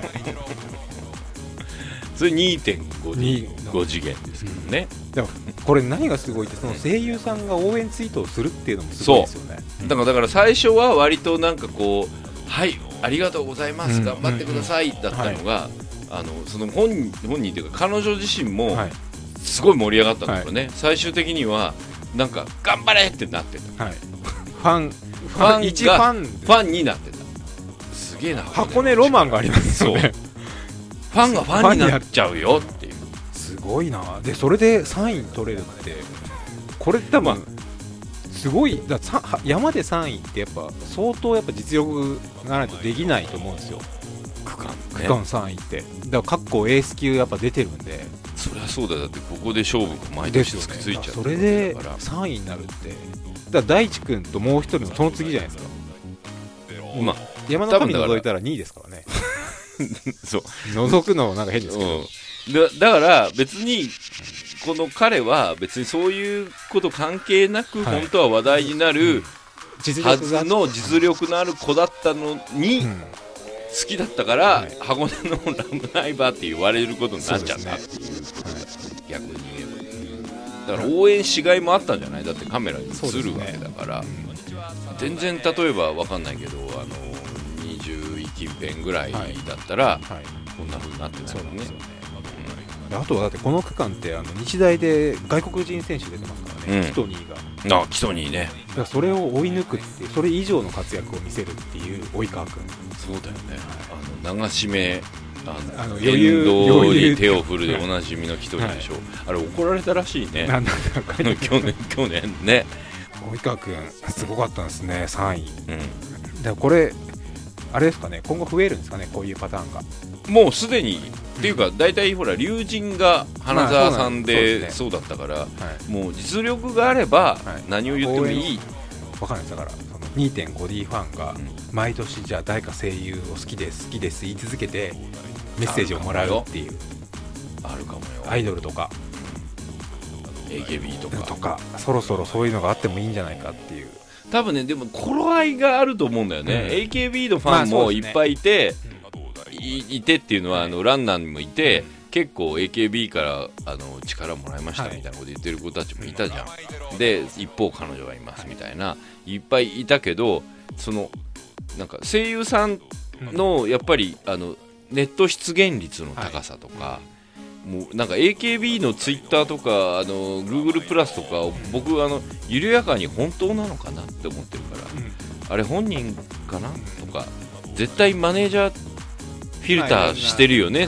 それ にてんご 次元ですけどね、 うん、でもこれ何がすごいってその声優さんが応援ツイートをするっていうのもすごいですよね。 そうだから、だから最初は割となんかこうはいありがとうございます、うん、頑張ってください、うん、だったのが、はい、あのその本人本人というか彼女自身もすごい盛り上がったんだけどね、はい、最終的にはなんか頑張れってなってた、はい、ファンファンが一ファンファンになってた。すげえな、 箱根ロマンがありますよねファンがファンになっちゃうよっていう。 すごいな。でそれでさんい取れるってこれ多分すごいだ。山でさんいってやっぱ相当やっぱ実力がないとできないと思うんですよ。 区間、ね、 区間さんいってだから各校エース級やっぱ出てるんで。 そりゃそうだ。だってここで勝負が毎年つくついちゃう、ね、 それでさんいになるってだから大地君ともう一人のその次じゃないですか。まあ、山の神覗いたらにいですからねそう覗くのなんか変ですけど、 うん、だ, だから別にこの彼は別にそういうこと関係なく本当は話題になるはずの実力のある子だったのに好きだったから箱根のラブライバーって言われることになっちゃったっていうことだよね、逆に言えば。だから応援しがいもあったんじゃない。だってカメラに映るわけだから、ね、全然例えば分かんないけどあのにじゅうい近辺ぐらいだったら、はいはい、こんな風になってないもんね。 うん、あとはだってこの区間ってあの日大で外国人選手出てますからね、うん、キトニーが。あキトニーね。 だからそれを追い抜くってそれ以上の活躍を見せるっていう及川君。 そうだよね、はい、あの流し目あのあの沿道に手を振るでおなじみのキトニーでしょ、はい、あれ怒られたらしいね。 なんだか去年去年ね及川君すごかったんですねさんい、うん、でこれあれですかね今後増えるんですかねこういうパターンが。 もうすでに、うん、っていうか大体ほら龍神が花澤さんで、まあ、そうだったから、はい、もう実力があれば何を言ってもいい。 分かんないだからその にてんごディー ファンが毎年じゃあ誰か声優を好きです好きです言い続けてメッセージをもらうっていうあるかもよ。 アイドルとかエーケービー とかとかそろそろそういうのがあってもいいんじゃないかっていう。 多分ねでも頃合いがあると思うんだよね、うん、エーケービー のファンもいっぱいいて、まあね、い, いてっていうのはあのランナーにもいて、うん、結構 エーケービー からあの力もらいましたみたいなこと言ってる子たちもいたじゃん、はい、で一方彼女がいますみたいないっぱいいたけどそのなんか声優さんのやっぱりあのネット出現率の高さとか、はい、 もうなんか エーケービー のツイッターとかあの Google プラスとか僕あの緩やかに本当なのかなって思ってるから、うん、あれ本人かなとか絶対マネージャーフィルターしてるよね、はい、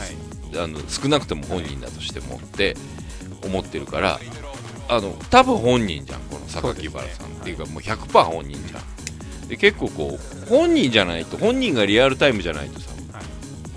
あの少なくとも本人だとしてもって思ってるからあの多分本人じゃんこの榊原さんっていうかもう ひゃくパーセント 本人じゃんで結構こう本人じゃないと本人がリアルタイムじゃないとさ、はい、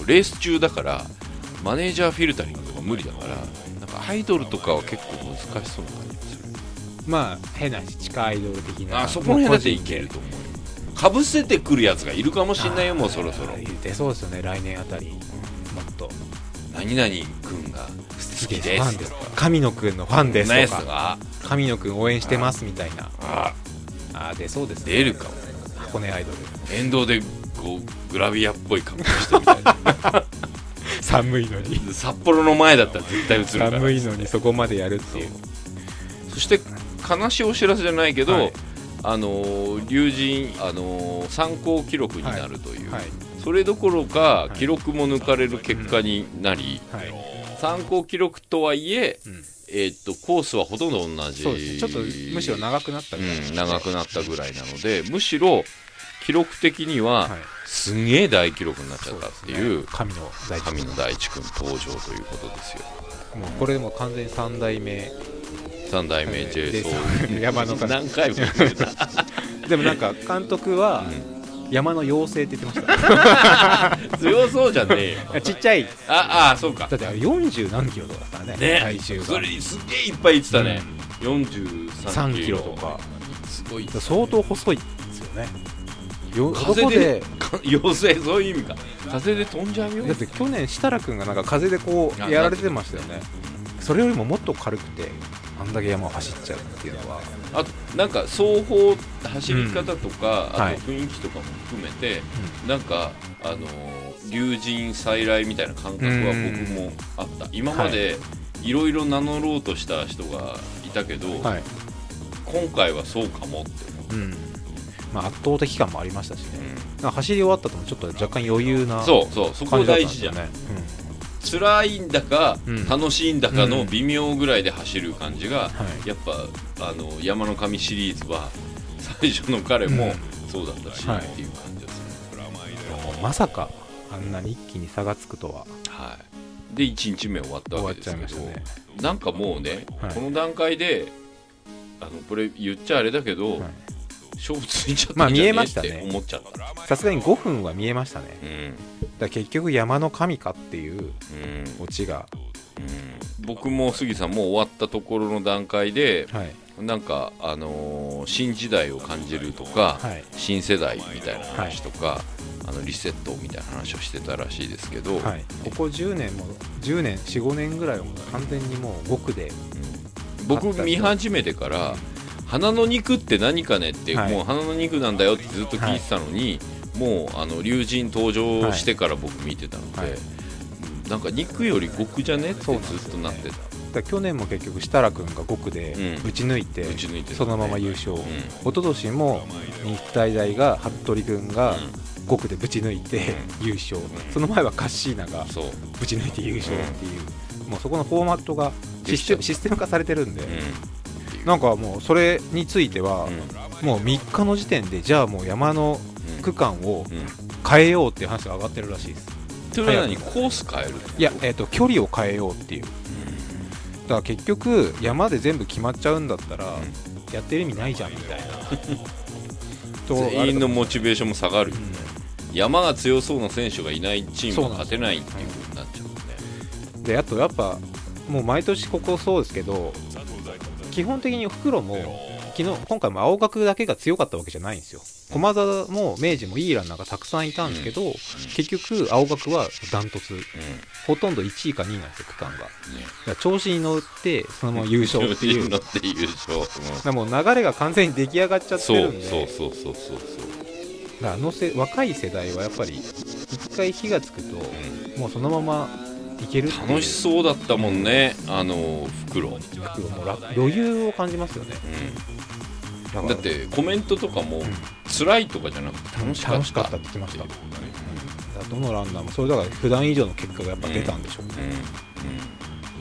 レース中だからマネージャーフィルタリングとか無理だからなんかアイドルとかは結構難しそうな感じがするまあ変な地下アイドル的なあそこの辺だっていけると思うよかぶせてくるやつがいるかもしれないよもうそろそろ出そうですよね来年あたりもっと何々くんが好きですとか神野くんのファンですとか神野くん応援してますみたいなああ出そうですね出るかも箱根アイドル沿道でこうグラビアっぽい格好してみたいな寒いのに札幌の前だったら絶対映るから寒いのにそこまでやるっていうそ, そして悲しいお知らせじゃないけど、はい、あの龍神あの参考記録になるという、はいはい、それどころか記録も抜かれる結果になり、はい、参考記録とはいえ、うんえー、っとコースはほとんど同じそうです、ね、ちょっとむしろ長くなったぐらい、 うん、長くなったぐらいなのでむしろ記録的には、はい、すんげえ大記録になっちゃったっていう、 ね、神の大地君神の大地君登場ということですよもうこれでも完全にさん代目さん代目 J ソウ山の何回も言ってたでもなんか監督は、うん、山の妖精って言ってました強そうじゃねえよちっちゃいああそうかだってあれよんじゅう何キロとかだったらねね体重がそれすげえいっぱい言ってたね、うん、よんじゅうさんキロとかすごい相当細いですよね風で妖精そういう意味か風で飛んじゃうよだって去年設楽君がなんか風でこうやられてましたよねそれよりももっと軽くてあんだけ山を走っちゃうっていうのはあとなんか双方走り方とか、うん、あと雰囲気とかも含めて、はい、なんかあの龍神再来みたいな感覚は僕もあった今までいろいろ名乗ろうとした人がいたけど、はい、今回はそうかもって思って、うんまあ、圧倒的感もありましたしね、うん、走り終わったともちょっと若干余裕なそうそうそこ大事じゃない、うん、辛いんだか、うん、楽しいんだかの微妙ぐらいで走る感じが、うん、やっぱあの山の神シリーズは最初の彼もそうだったし、うん、っていう感じですね、 はい、まさかあんなに一気に差がつくとは、 はい、でいちにちめ終わったわけですけど、ね、なんかもうね、はい、この段階であのこれ言っちゃあれだけど、はい勝負ついちゃったんじゃねえって思っちゃったさすがにごふんは見えましたね、うん、だから結局山の神かっていうオチが、 うんうん、僕も杉さんも終わったところの段階で、はい、なんか、あのー、新時代を感じるとか、はい、新世代みたいな話とか、はい、あのリセットみたいな話をしてたらしいですけど、はい、 ここじゅうねんもじゅうねん よん,ご 年ぐらいはもう完全にもうご区で、 うん、僕見始めてから、うん花の肉って何かねって、はい、もう花の肉なんだよってずっと聞いてたのに、はい、もうあの龍神登場してから僕見てたので、はい、なんか肉より極じゃねってずっとなってた、ね、 だ去年も結局設楽君がご区で打ち抜いて、うん、ち抜いてね、そのまま優勝、うん、一昨年も日体大が服部君がご区でぶち抜いて優勝、うん、その前はカッシーナがぶち抜いて優勝っていう、うん、もうそこのフォーマットがシステム、システム化されてるんで、うんなんかもうそれについては、うん、もうみっかの時点でじゃあもう山の区間を変えようっていう話が上がってるらしいです。 それは何コース変えるいや、えーと、距離を変えようっていう、うん、だから結局山で全部決まっちゃうんだったら、うん、やってる意味ないじゃんみたいな全員のモチベーションも下がる、うん、山が強そうな選手がいないチームが勝てないっていう風になっちゃうんで、 ね、であとやっぱもう毎年ここそうですけど基本的に袋も昨日今回も青学だけが強かったわけじゃないんですよ。駒澤も明治もいいランナーがたくさんいたんですけど、うん、結局青学はダントツ、うん、ほとんどいちいかにいなんですよ区間が、ね、だから調子に乗ってそのまま優勝っていう調子に乗って優勝、うん、だからもう流れが完全に出来上がっちゃってるんでそうそうそうそうそうだからあのせ若い世代はやっぱり一回火がつくと、うん、もうそのままいける楽しそうだったもんね、うん、あの袋袋も余裕を感じますよね、 うん、だ, だってコメントとかも、うん、辛いとかじゃなくて楽しかった、 楽しかったって聞きました、うん、だからどのランナーもそれだから普段以上の結果がやっぱ出たんでしょうね、うんうんうん、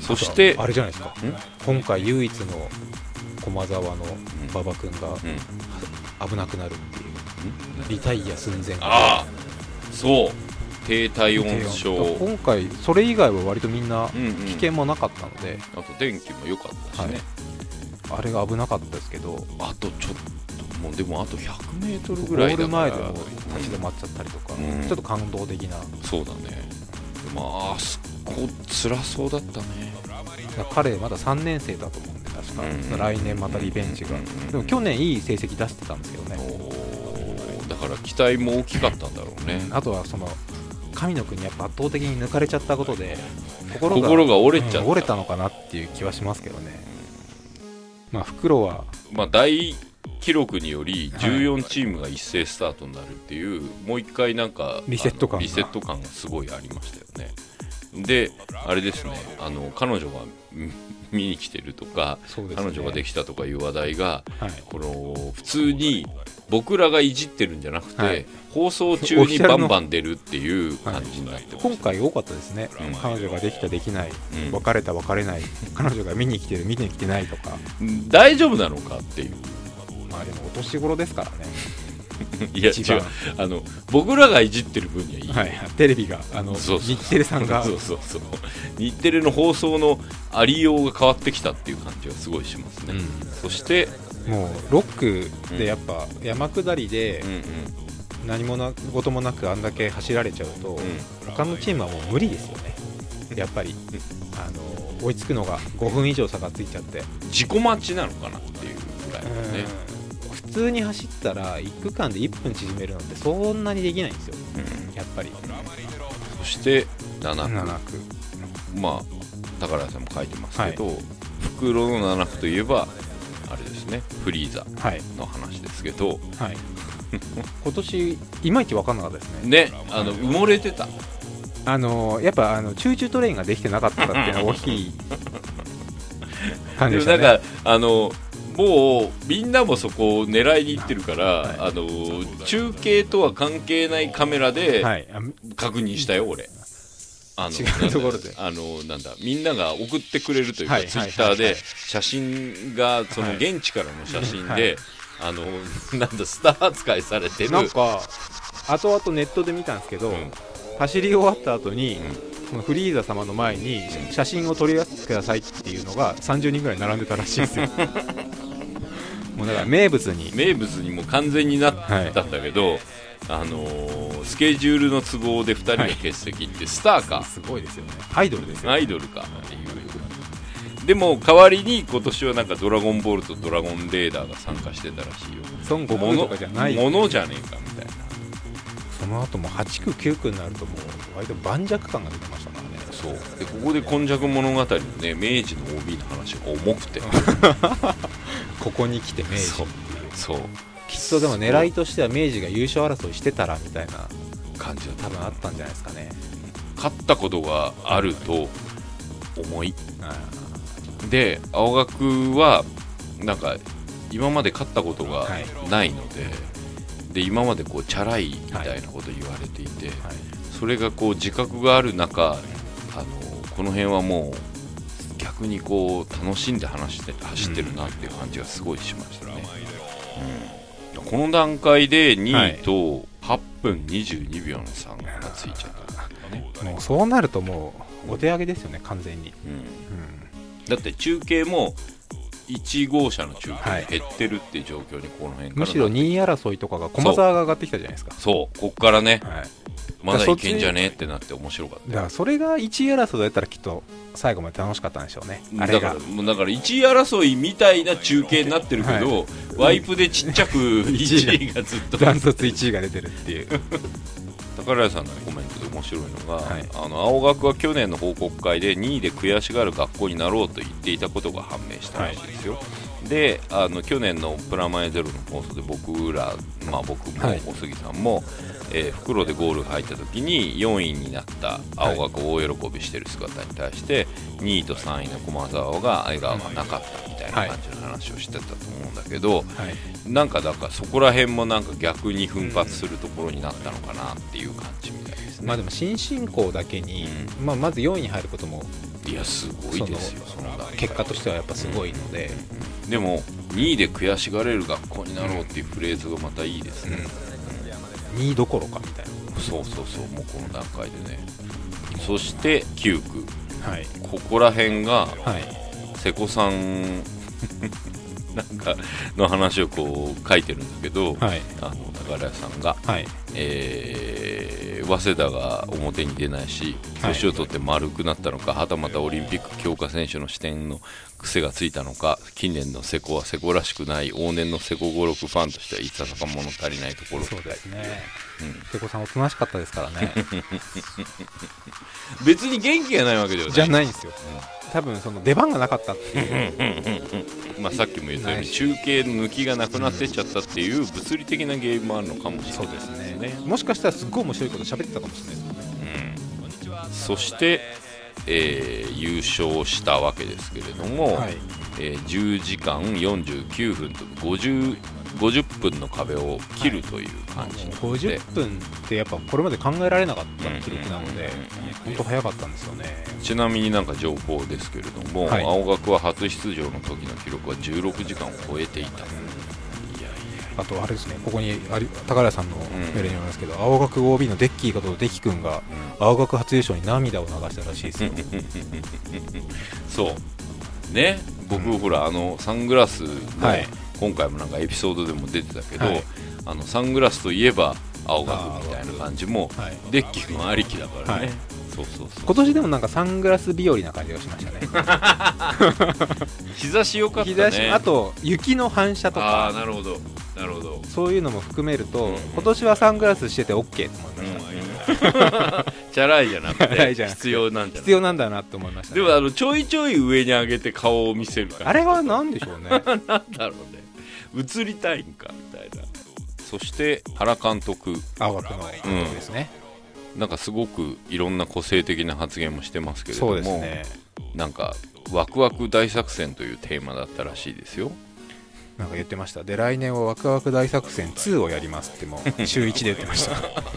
そしてあれじゃないですか、今回唯一の駒澤の馬場君が危なくなるっていう、うん、リタイア寸前。 ああそう低体温症。 今回それ以外は割とみんな危険もなかったので、うんうん、 あと電気も良かったしね、 はい、あれが危なかったですけど、 あとちょっともうでもあとひゃくメートルぐらいだからゴール前でも立ち止まっちゃったりとか、うん、ちょっと感動的な。 そうだね。まああそこ辛そうだったね。 彼まださんねん生だと思うんで確か、うん、来年またリベンジが、うん、でも去年いい成績出してたんですけどね。 だから期待も大きかったんだろうね。 あとはその神野君にやっぱ圧倒的に抜かれちゃったことで心が、 心が折れちゃった、 うん、折れたのかなっていう気はしますけどね。まあ袋はまあ大記録によりじゅうよんチームが一斉スタートになるっていう、はい、もう一回なんかリセット感がリセット感がすごいありましたよね。であれですね、あの彼女が見に来てるとか、ね、彼女ができたとかいう話題が、はい、この普通に僕らがいじってるんじゃなくて、はい、放送中にバンバン出るっていう感じになってます、 はい、今回多かったですね、うん、彼女ができたできない、うん、別れた別れない彼女が見に来てる見に来てないとか大丈夫なのかっていう。 まあでもお年頃ですからねいや違う、あの僕らがいじってる分にはいい、 はい、テレビがあのそうそう日テレさんがそうそうそう日テレの放送のありようが変わってきたっていう感じはすごいしますね、うん、そしてもうロックでやっぱ山下りで何もなこともなくあんだけ走られちゃうと、うん、他のチームはもう無理ですよねやっぱりあの追いつくのがごふん以上差がついちゃって自己待ちなのかなっていうぐらいですね。 普通に走ったらいっ区間でいっぷん縮めるのってそんなにできないんですよ、うん、やっぱり。 そしてなな区、 なな区まあ宝屋さんも書いてますけど、はい、袋のなな区といえばあれですね、フリーザの話ですけど、 はいはい、今年いまいち分かんなかったですね。 ね、あの埋もれてた。 あのやっぱあのチューチュートレインができてなかったっていうのは大きい感じでしたね。 でもなんかあのもうみんなもそこを狙いに行ってるから、はい、あの中継とは関係ないカメラで確認したよ、はい、俺あの違うところであのなんだみんなが送ってくれるというか、はい、ツイッターで写真がその現地からの写真で、はいはい、あのなんだスター扱いされてる。 なんか後々ネットで見たんですけど、うん、走り終わった後に、うん、フリーザ様の前に写真を撮り出してくださいっていうのがさんじゅうにんぐらい並んでたらしいんですよもうだから名物に名物にも完全になったんだけど、はい、あのー、スケジュールの都合でふたりが欠席って、はい、スターかすごいですよね。アイドルですよね。 アイドルかっていう。でも代わりに今年はなんかドラゴンボールとドラゴンレーダーが参加してたらしいよ。 孫悟空とかじゃないものじゃねえかみたいな。 その後もはち区きゅう区になるともう割と盤石感が出てましたからね。 そうでここで今昔物語のね明治の オービー の話が重くてここに来て明治そうそうきっとでも狙いとしては明治が優勝争いしてたらみたいな感じは多分あったんじゃないですかね。 勝ったことがあると思い、で青学はなんか今まで勝ったことがないので、はい、で今までこうチャラいみたいなこと言われていて、はいはい、それがこう自覚がある中、あのこの辺はもう逆にこう楽しんで話して走ってるなっていう感じがすごいしましたね、うん、この段階でにいとはっぷんにじゅうにびょうの差がついちゃったんですね。 もうそうなるともうお手上げですよね完全に、うんうん、 だって中継もいち号車の中継減ってるっていう状況にこの辺から、 むしろにい争いとかが駒澤が上がってきたじゃないですか。 そうこっからね、はい、まだいけんじゃねえってなって面白かった。 だからそれがいちい争いだったらきっと最後まで楽しかったんでしょうね。あれがだからだからいちい争いみたいな中継になってるけど、はい、ワイプでちっちゃくいちいがずっとダントツいちいが出てるっていう宝屋さんのコメントで面白いのが、はい、あの青学は去年の報告会でにいで悔しがる学校になろうと言っていたことが判明したらしいですよ、はい、であの去年のプラマイゼロの放送で僕ら、まあ、僕もお杉さんも、はい、えー、袋でゴールが入った時によんいになった青学を大喜びしてる姿に対して、はい、にいとさんいの駒澤が笑顔がなかったみたいな感じの話をしてたと思うんだけど、はい、なんかだからそこら辺もなんか逆に奮発するところになったのかなっていう感じみたいですね。 まあでも新進校だけに、うん、まあ、まずよんいに入ることもいやすごいですよ。 そのその結果としてはやっぱすごいので、 うん、でもにいで悔しがれる学校になろうっていうフレーズがまたいいですね、 うん、にいどころかみたいな。 そうそうそう、もうこの段階でね。そしてきゅう区、 はい、 ここら辺が、 はい、 瀬古さんなんかの話をこう書いてるんだけど、はい、あの宝屋さんが、はい、えー、早稲田が表に出ないし、年を取って丸くなったのか、はたまたオリンピック強化選手の視点の癖がついたのか、近年の瀬古は瀬古らしくない、往年の瀬古五六ファンとしてはいささか物足りないところ。 そうですね、うん、瀬古さんおとなしかったですからね別に元気がないわけではないじゃないんですよ、うん、多分その出番がなかったっていうまあさっきも言ったように中継の抜きがなくなってっちゃったっていう物理的な原因もあるのかもしれない。 そうですね、もしかしたらすっごい面白いこと喋ってたかもしれないですね、 うん、そして、えー、優勝したわけですけれども、はい、えー、じゅうじかんよんじゅうきゅうふんとごじゅう、ごじゅっぷんの壁を切るという感じで、はい、 ごじゅっぷんってやっぱこれまで考えられなかった記録なので、本当早かったんですよね。 ちなみになんか情報ですけれども、はい、青学は初出場の時の記録はじゅうろくじかんを超えていた。 あとあれですね、ここに高原さんのメールにありますけど、うん、青学 オービー のデッキーことデキ君が青学初優勝に涙を流したらしいですよそうね、僕、うん、ほらあのサングラスの、はい、今回もなんかエピソードでも出てたけど、はい、あのサングラスといえば青学みたいな感じも、はい、デッキ君ありきだからね、はい、そうそうそう。 今年でもなんかサングラス日和な感じがしましたね日差し良かったね。 日差し、あと雪の反射とか、 あ、なるほどなるほど、 そういうのも含めると、うん、今年はサングラスしてて OK と思いました、 うん、チャラいじゃなくて必要なんじゃない必要なんだなと思いました、ね、 でもあのちょいちょい上に上げて顔を見せるから、 あれは何でしょうねなんだろうね、映りたいんかみたいな。そして原監督、 青学の監督ですね、 うん、なんかすごくいろんな個性的な発言もしてますけれども、 そうですね、 なんかワクワク大作戦というテーマだったらしいですよ。 なんか言ってました。で来年はワクワク大作戦ツーをやりますってもう週いちで言ってました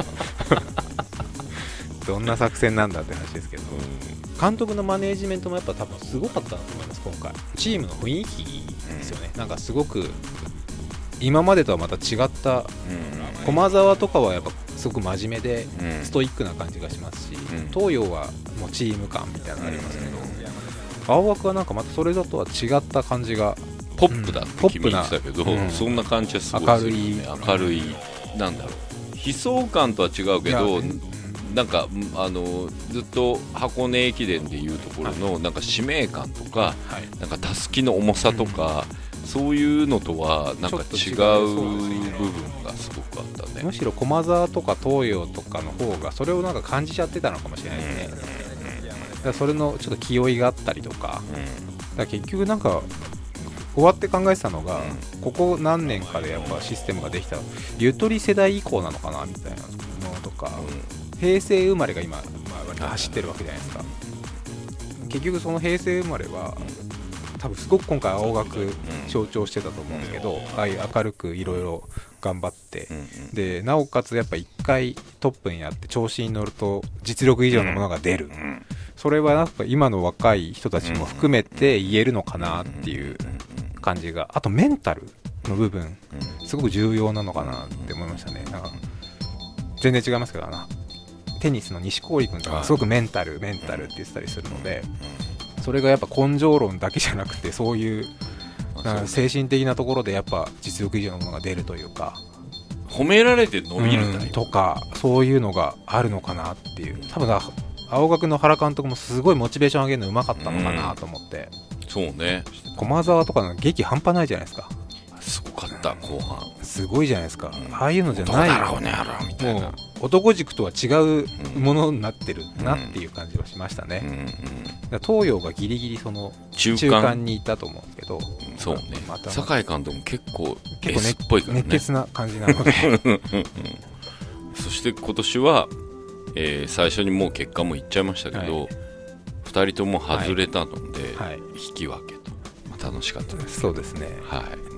どんな作戦なんだって話ですけど、うん、監督のマネージメントもやっぱ多分すごかったなと思います。今回チームの雰囲気ですよね、うん、なんかすごく今までとはまた違った、うん、駒澤とかはやっぱすごく真面目でストイックな感じがしますし、うん、東洋はもうチーム感みたいなのありますけど、うん、青学はなんかまたそれだとは違った感じが、 ポップだって君言ってたけど、うん、そんな感じはすごいですよね。明るい、明るい、なんだろう、悲壮感とは違うけど、なんかあのずっと箱根駅伝でいうところのなんか使命感とか、はい、なんかたすきの重さとか、うん、そういうのとはなんか違う部分がすごくあったね。 むしろ駒澤とか東洋とかの方がそれをなんか感じちゃってたのかもしれないですね、うん、だからそれのちょっと気負いがあったりとか、うん、だから結局なんか終わって考えてたのが、うん、ここ何年かでやっぱシステムができたゆとり世代以降なのかなみたいなのとか、うん、平成生まれが今、まあ、走ってるわけじゃないですか。結局その平成生まれは多分すごく今回青学象徴してたと思うんですけど、ああいう明るくいろいろ頑張って、でなおかつやっぱいっかいトップにやって調子に乗ると実力以上のものが出る、それはなんか今の若い人たちも含めて言えるのかなっていう感じが、あとメンタルの部分すごく重要なのかなって思いましたね。なんか全然違いますけどな、テニスの錦織君とかすごくメンタルメンタルって言ってたりするので、それがやっぱ根性論だけじゃなくてそういうなんか精神的なところでやっぱ実力以上のものが出るというか、 褒められて伸びるタイプ、 うん、とかそういうのがあるのかなっていう。多分だ青学の原監督もすごいモチベーション上げるのうまかったのかなと思って、 うん、そうね。 駒澤とかの劇半端ないじゃないですか。 すごかった後半すごいじゃないですか、うん、ああいうのじゃないどうだろうねやろうみたいな、もう男軸とは違うものになってるなっていう感じはしましたね、うんうんうん、だ東洋がギリギリその中 間, 中間にいたと思うんですけど、 そうね、また酒井監督も結構 S っ構ぽいからね、 熱血な感じなのでそして今年は、えー、最初にもう結果も言っちゃいましたけど、はい、ふたりとも外れたので、はいはい、引き分けと楽しかったです。 そうですね、 はい、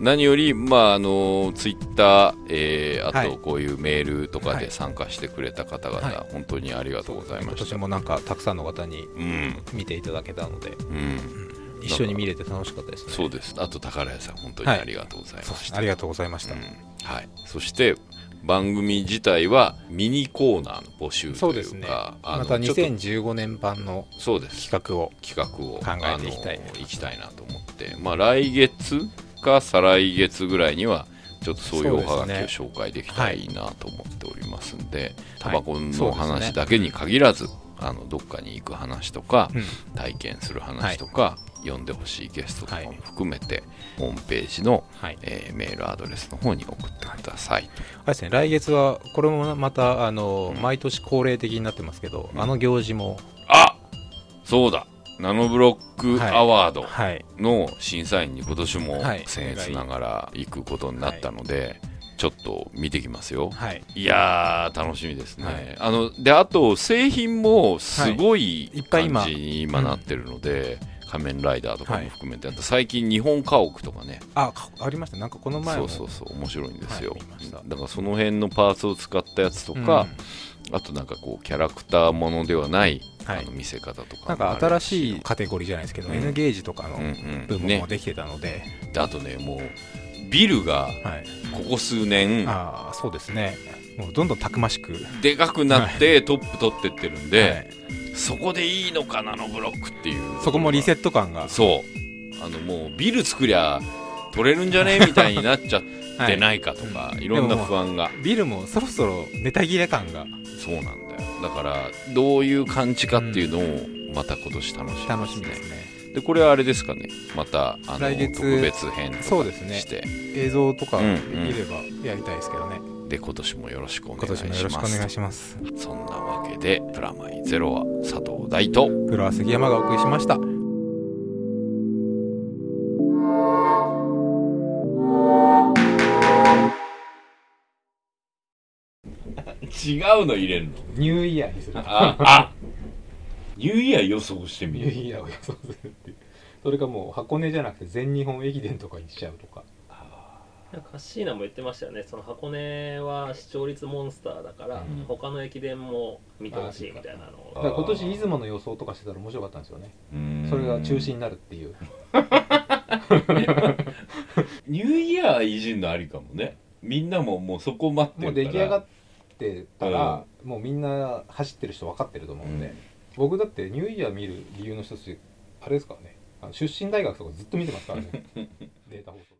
何より、まあ、あのツイッター、えー、あはいとこういうメールとかで参加してくれた方々、 はい本当にありがとうございました。 今年もなんかたくさんの方にうん見ていただけたので、 うん一緒に見れて楽しかったですね。 そうです。あと宝屋さん本当にありがとうございました、 ありがとうございました、 うんはい、そして番組自体はミニコーナーの募集というか、 そうですね、 あのまたちょっとにせんじゅうごねん版のそうです企画を企画を考えていきたいあのいきたいなと思って、まあ、来月か再来月ぐらいにはちょっとそういうおはがきを紹介できたらいいなと思っておりますんで、タバコの話だけに限らず、あのどっかに行く話とか、 うん体験する話とか、呼んでほしいゲストとかも含めて、ホームページの、 はいえーメールアドレスの方に送ってください。 あれですね、来月はこれもまたあの、 うん毎年恒例的になってますけど、 うんあの行事も、 あそうだナノブロックアワードはい、 の審査員に今年もはい僭越ながら行くことになったので、ちょっと見てきますよ。 はい、 いやー楽しみですね、 はい、 あのであと製品もすごいいっぱい今感じに今なってるので、仮面ライダーとかも含めて、あと最近日本家屋とかね、 あかありました、なんかこの前もそうそうそう面白いんですよ、 はい見ましただからその辺のパーツを使ったやつとか、あとなんかこうキャラクターものではない、 はいあの見せ方とかなんか新しいカテゴリーじゃないですけど、 うん N ゲージとかのうんうん部分ねもできてたので、 であとねもうビルがはい、 ここ数年ああそうですね、もうどんどんたくましく、 でかくなってトップ取ってってるんで、 はいそこでいいのかなのブロックっていうそこもリセット感が、 そうあのもうビル作りゃ取れるんじゃねみたいになっちゃってないかとか、い、ろんな不安がビルもそろそろネタ切れ感がそうなんだよ。だからどういう感じかっていうのをまた今年楽しみですね。 楽しみですね。 でこれはあれですかね、またあの来月特別編とかそうですねして、 映像とかでうんきればやりたいですけどね、 で今年もよろしくお願今いします。 年もよろしくお願いします。 そんなわけでプラマイゼロは佐藤大とフロア杉山がお送りしました。 違うの入れるの。 ニューイヤーにする。 ああニューイヤー予想してみる。 ニューイヤーを予想するっていう。それかもう箱根じゃなくて全日本駅伝とかにしちゃうとか。 なんかカッシーナも言ってましたよね、その箱根は視聴率モンスターだから、 うん、 他の駅伝も見てほしいみたいなのを。 だから今年出雲の予想とかしてたら面白かったんですよね。それが中止になるっていう。 ニューイヤーいじんのありかもね。みんなももうそこ待ってるから。 もう出来上がってたら、うん、もうみんな走ってる人分かってると思うんで、うん、僕だってニューイヤー見る理由の一つあれですからね、あの出身大学とかずっと見てますからねデータ放送